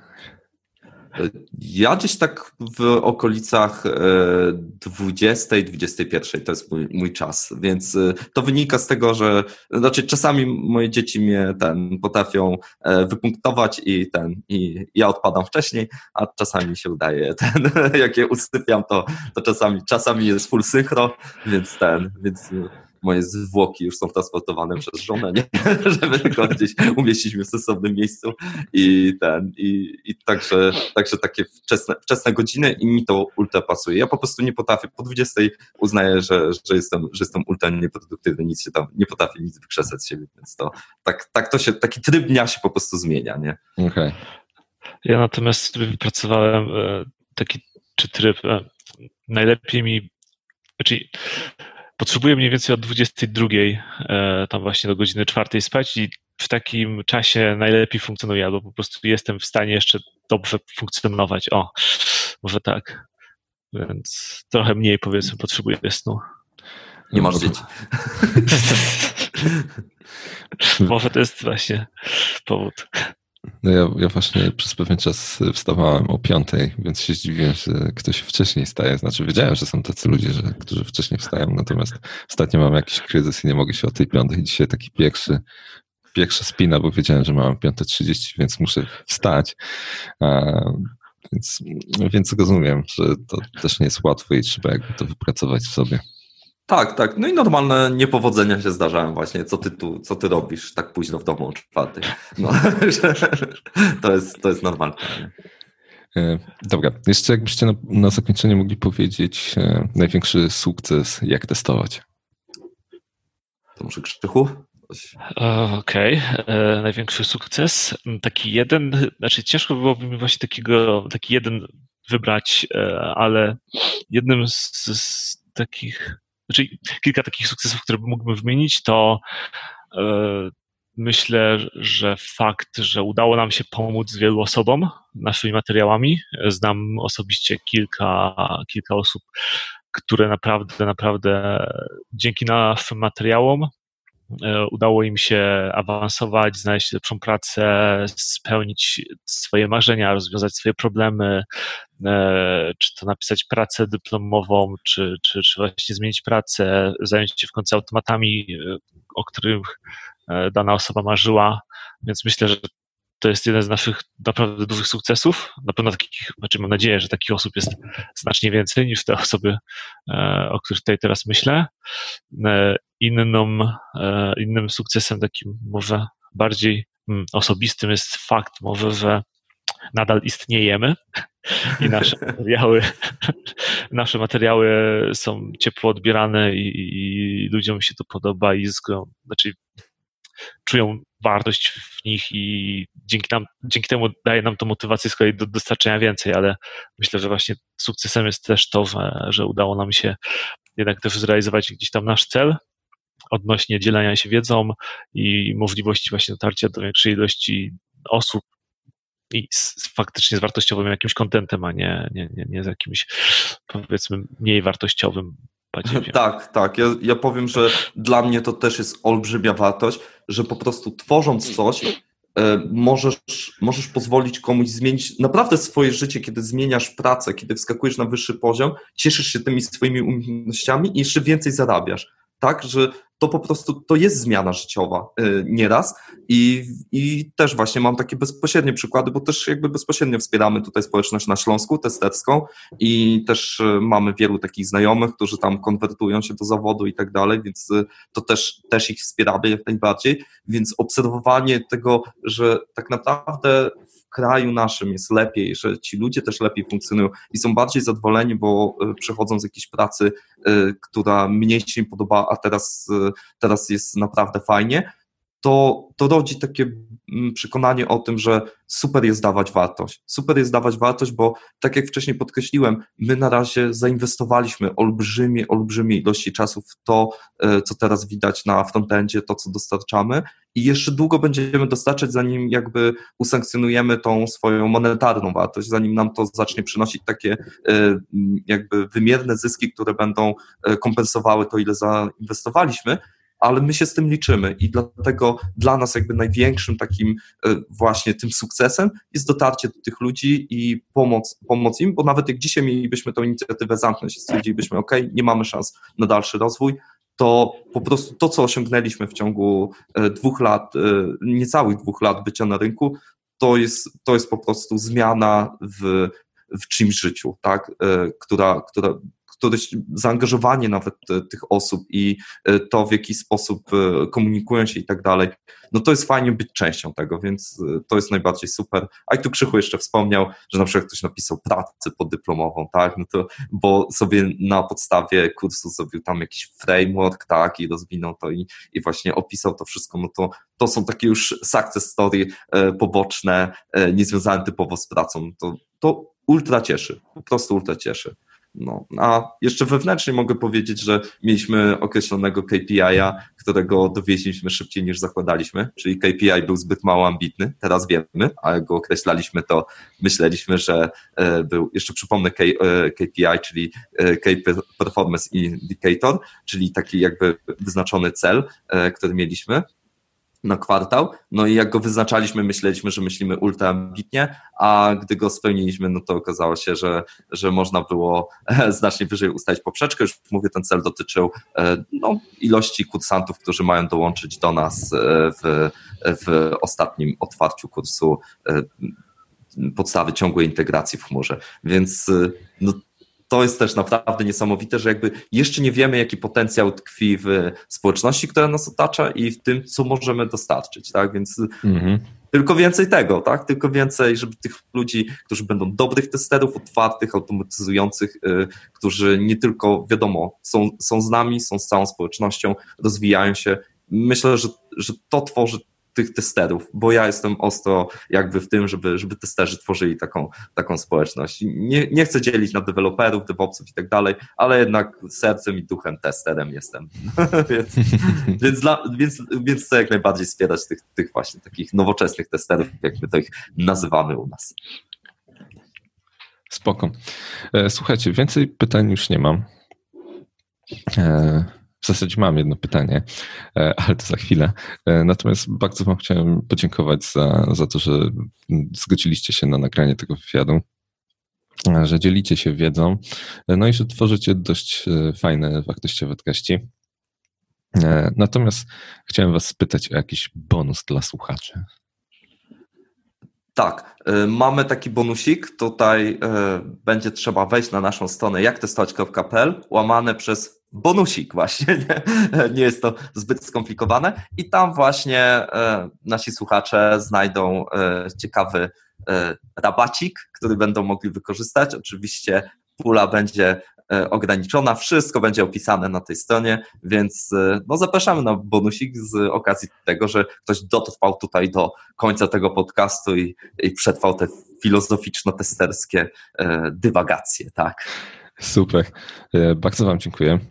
Ja gdzieś tak w okolicach 20:00-21:00 to jest mój czas, więc to wynika z tego, że znaczy czasami moje dzieci mnie potrafią wypunktować i ja odpadam wcześniej, a czasami mi się udaje jak je usypiam, to czasami jest full synchro, więc moje zwłoki już są transportowane przez żonę, nie? Żeby tylko gdzieś umieścić mnie w stosownym miejscu i także takie wczesne godziny i mi to ultra pasuje. Ja po prostu nie potrafię, po 20:00 uznaję, że jestem ultra nieproduktywny, nic się tam nie potrafię, nic wykrzesać z siebie, więc taki tryb dnia się po prostu zmienia, nie? Okay. Ja natomiast wypracowałem taki tryb, najlepiej mi, znaczy potrzebuję mniej więcej od 22:00 tam właśnie do godziny 4:00 spać i w takim czasie najlepiej funkcjonuję, albo po prostu jestem w stanie jeszcze dobrze funkcjonować. O, może tak. Więc trochę mniej, powiedzmy, potrzebuję snu. Nie masz dzieci. Może to jest właśnie powód. No ja właśnie przez pewien czas wstawałem o 5:00, więc się zdziwiłem, że ktoś wcześniej wstaje. Znaczy wiedziałem, że są tacy ludzie, którzy wcześniej wstają, natomiast ostatnio mam jakiś kryzys i nie mogę się o tej 5:00. Dzisiaj taki pierwsza spina, bo wiedziałem, że mam 5:30, więc muszę wstać. Więc rozumiem, że to też nie jest łatwe i trzeba jakby to wypracować w sobie. Tak. No i normalne niepowodzenia się zdarzają właśnie. Co ty robisz tak późno w domu o 4:00? No, to jest normalne. Dobra, jeszcze jakbyście na zakończenie mogli powiedzieć największy sukces, jak testować? To może Krzychu? Okej. Największy sukces. Taki jeden, znaczy ciężko byłoby mi właśnie taki jeden wybrać, ale jednym z takich, znaczy kilka takich sukcesów, które mógłbym wymienić, to myślę, że fakt, że udało nam się pomóc wielu osobom naszymi materiałami. Znam osobiście kilka osób, które naprawdę dzięki naszym materiałom udało im się awansować, znaleźć lepszą pracę, spełnić swoje marzenia, rozwiązać swoje problemy, czy to napisać pracę dyplomową, czy właśnie zmienić pracę, zająć się w końcu automatami, o których dana osoba marzyła. Więc myślę, że to jest jeden z naszych naprawdę dużych sukcesów. Na pewno mam nadzieję, że takich osób jest znacznie więcej niż te osoby, o których tutaj teraz myślę. Innym sukcesem takim może bardziej osobistym jest fakt może, że nadal istniejemy i nasze materiały są ciepło odbierane i ludziom się to podoba i czują wartość w nich i dzięki temu daje nam to motywację z kolei do dostarczenia więcej, ale myślę, że właśnie sukcesem jest też to, że udało nam się jednak też zrealizować gdzieś tam nasz cel odnośnie dzielenia się wiedzą i możliwości właśnie dotarcia do większej ilości osób i faktycznie z wartościowym jakimś kontentem, a nie z jakimś, powiedzmy, mniej wartościowym podziemiem. Tak. Ja powiem, że dla mnie to też jest olbrzymia wartość, że po prostu tworząc coś, możesz pozwolić komuś zmienić naprawdę swoje życie, kiedy zmieniasz pracę, kiedy wskakujesz na wyższy poziom, cieszysz się tymi swoimi umiejętnościami i jeszcze więcej zarabiasz. Tak, że to po prostu to jest zmiana życiowa nieraz i też właśnie mam takie bezpośrednie przykłady, bo też jakby bezpośrednio wspieramy tutaj społeczność na Śląsku testerską i też mamy wielu takich znajomych, którzy tam konwertują się do zawodu i tak dalej, więc to też ich wspieramy jak najbardziej, więc obserwowanie tego, że tak naprawdę w kraju naszym jest lepiej, że ci ludzie też lepiej funkcjonują i są bardziej zadowoleni, bo przechodzą z jakiejś pracy, która mniej się im podoba, a teraz jest naprawdę fajnie, to rodzi takie przekonanie o tym, że super jest dawać wartość. Super jest dawać wartość, bo tak jak wcześniej podkreśliłem, my na razie zainwestowaliśmy olbrzymie ilości czasu w to, co teraz widać na frontendzie, to co dostarczamy i jeszcze długo będziemy dostarczać, zanim jakby usankcjonujemy tą swoją monetarną wartość, zanim nam to zacznie przynosić takie jakby wymierne zyski, które będą kompensowały to, ile zainwestowaliśmy, ale my się z tym liczymy i dlatego dla nas jakby największym takim właśnie tym sukcesem jest dotarcie do tych ludzi i pomoc im, bo nawet jak dzisiaj mielibyśmy tę inicjatywę zamknąć i stwierdzilibyśmy, ok, nie mamy szans na dalszy rozwój, to po prostu to, co osiągnęliśmy w ciągu 2 lat, niecałych 2 lat bycia na rynku, to jest po prostu zmiana w czyimś życiu, tak, zaangażowanie nawet tych osób i to, w jaki sposób komunikują się i tak dalej, no to jest fajnie być częścią tego, więc to jest najbardziej super. A i tu Krzychu jeszcze wspomniał, że na przykład ktoś napisał pracę podyplomową, tak, no to, bo sobie na podstawie kursu zrobił tam jakiś framework, tak, i rozwinął to i właśnie opisał to wszystko, no to są takie już success story poboczne, niezwiązane typowo z pracą, to ultra cieszy, po prostu ultra cieszy. No, a jeszcze wewnętrznie mogę powiedzieć, że mieliśmy określonego KPI-a, którego dowieźliśmy szybciej niż zakładaliśmy, czyli KPI był zbyt mało ambitny, teraz wiemy, a jak go określaliśmy, to myśleliśmy, że był, jeszcze przypomnę KPI, czyli Key Performance Indicator, czyli taki jakby wyznaczony cel, który mieliśmy na kwartał, no i jak go wyznaczaliśmy, myśleliśmy, że myślimy ultra ambitnie, a gdy go spełniliśmy, no to okazało się, że można było znacznie wyżej ustawić poprzeczkę. Już mówię, ten cel dotyczył ilości kursantów, którzy mają dołączyć do nas w ostatnim otwarciu kursu podstawy ciągłej integracji w chmurze, więc to jest też naprawdę niesamowite, że jakby jeszcze nie wiemy, jaki potencjał tkwi w społeczności, która nas otacza i w tym, co możemy dostarczyć, tak, więc tylko więcej tego, tak, tylko więcej, żeby tych ludzi, którzy będą dobrych testerów, otwartych, automatyzujących, którzy nie tylko, wiadomo, są z nami, są z całą społecznością, rozwijają się. Myślę, że to tworzy tych testerów, bo ja jestem ostro jakby w tym, żeby testerzy tworzyli taką społeczność. Nie chcę dzielić na deweloperów, DevOpsów i tak dalej, ale jednak sercem i duchem testerem jestem. więc chcę jak najbardziej wspierać tych właśnie takich nowoczesnych testerów, jak my to ich nazywamy u nas. Spoko. Słuchajcie, więcej pytań już nie mam. W zasadzie mam jedno pytanie, ale to za chwilę. Natomiast bardzo wam chciałem podziękować za to, że zgodziliście się na nagranie tego wywiadu, że dzielicie się wiedzą, no i że tworzycie dość fajne, wartościowe treści. Natomiast chciałem was spytać o jakiś bonus dla słuchaczy. Tak, mamy taki bonusik, tutaj będzie trzeba wejść na naszą stronę jaktestować.pl, łamane przez bonusik właśnie, nie jest to zbyt skomplikowane i tam właśnie nasi słuchacze znajdą ciekawy rabacik, który będą mogli wykorzystać. Oczywiście pula będzie ograniczona, wszystko będzie opisane na tej stronie, więc no zapraszamy na bonusik z okazji tego, że ktoś dotrwał tutaj do końca tego podcastu i przetrwał te filozoficzno-testerskie dywagacje, tak. Super, bardzo wam dziękuję.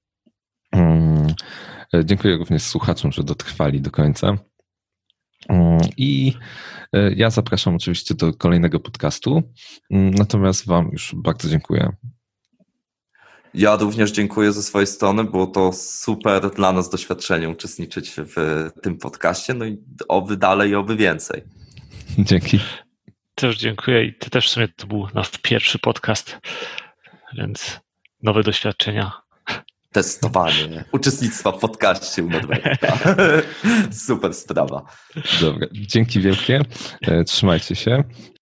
Dziękuję również słuchaczom, że dotrwali do końca. I ja zapraszam oczywiście do kolejnego podcastu, natomiast wam już bardzo dziękuję. Ja również dziękuję ze swojej strony, było to super dla nas doświadczenie uczestniczyć w tym podcaście, no i oby dalej i oby więcej. Dzięki. Też dziękuję i też w sumie to był nasz pierwszy podcast, więc nowe doświadczenia. Testowanie uczestnictwa w podcaście u Norberta. Super sprawa. Dobra, dzięki wielkie, trzymajcie się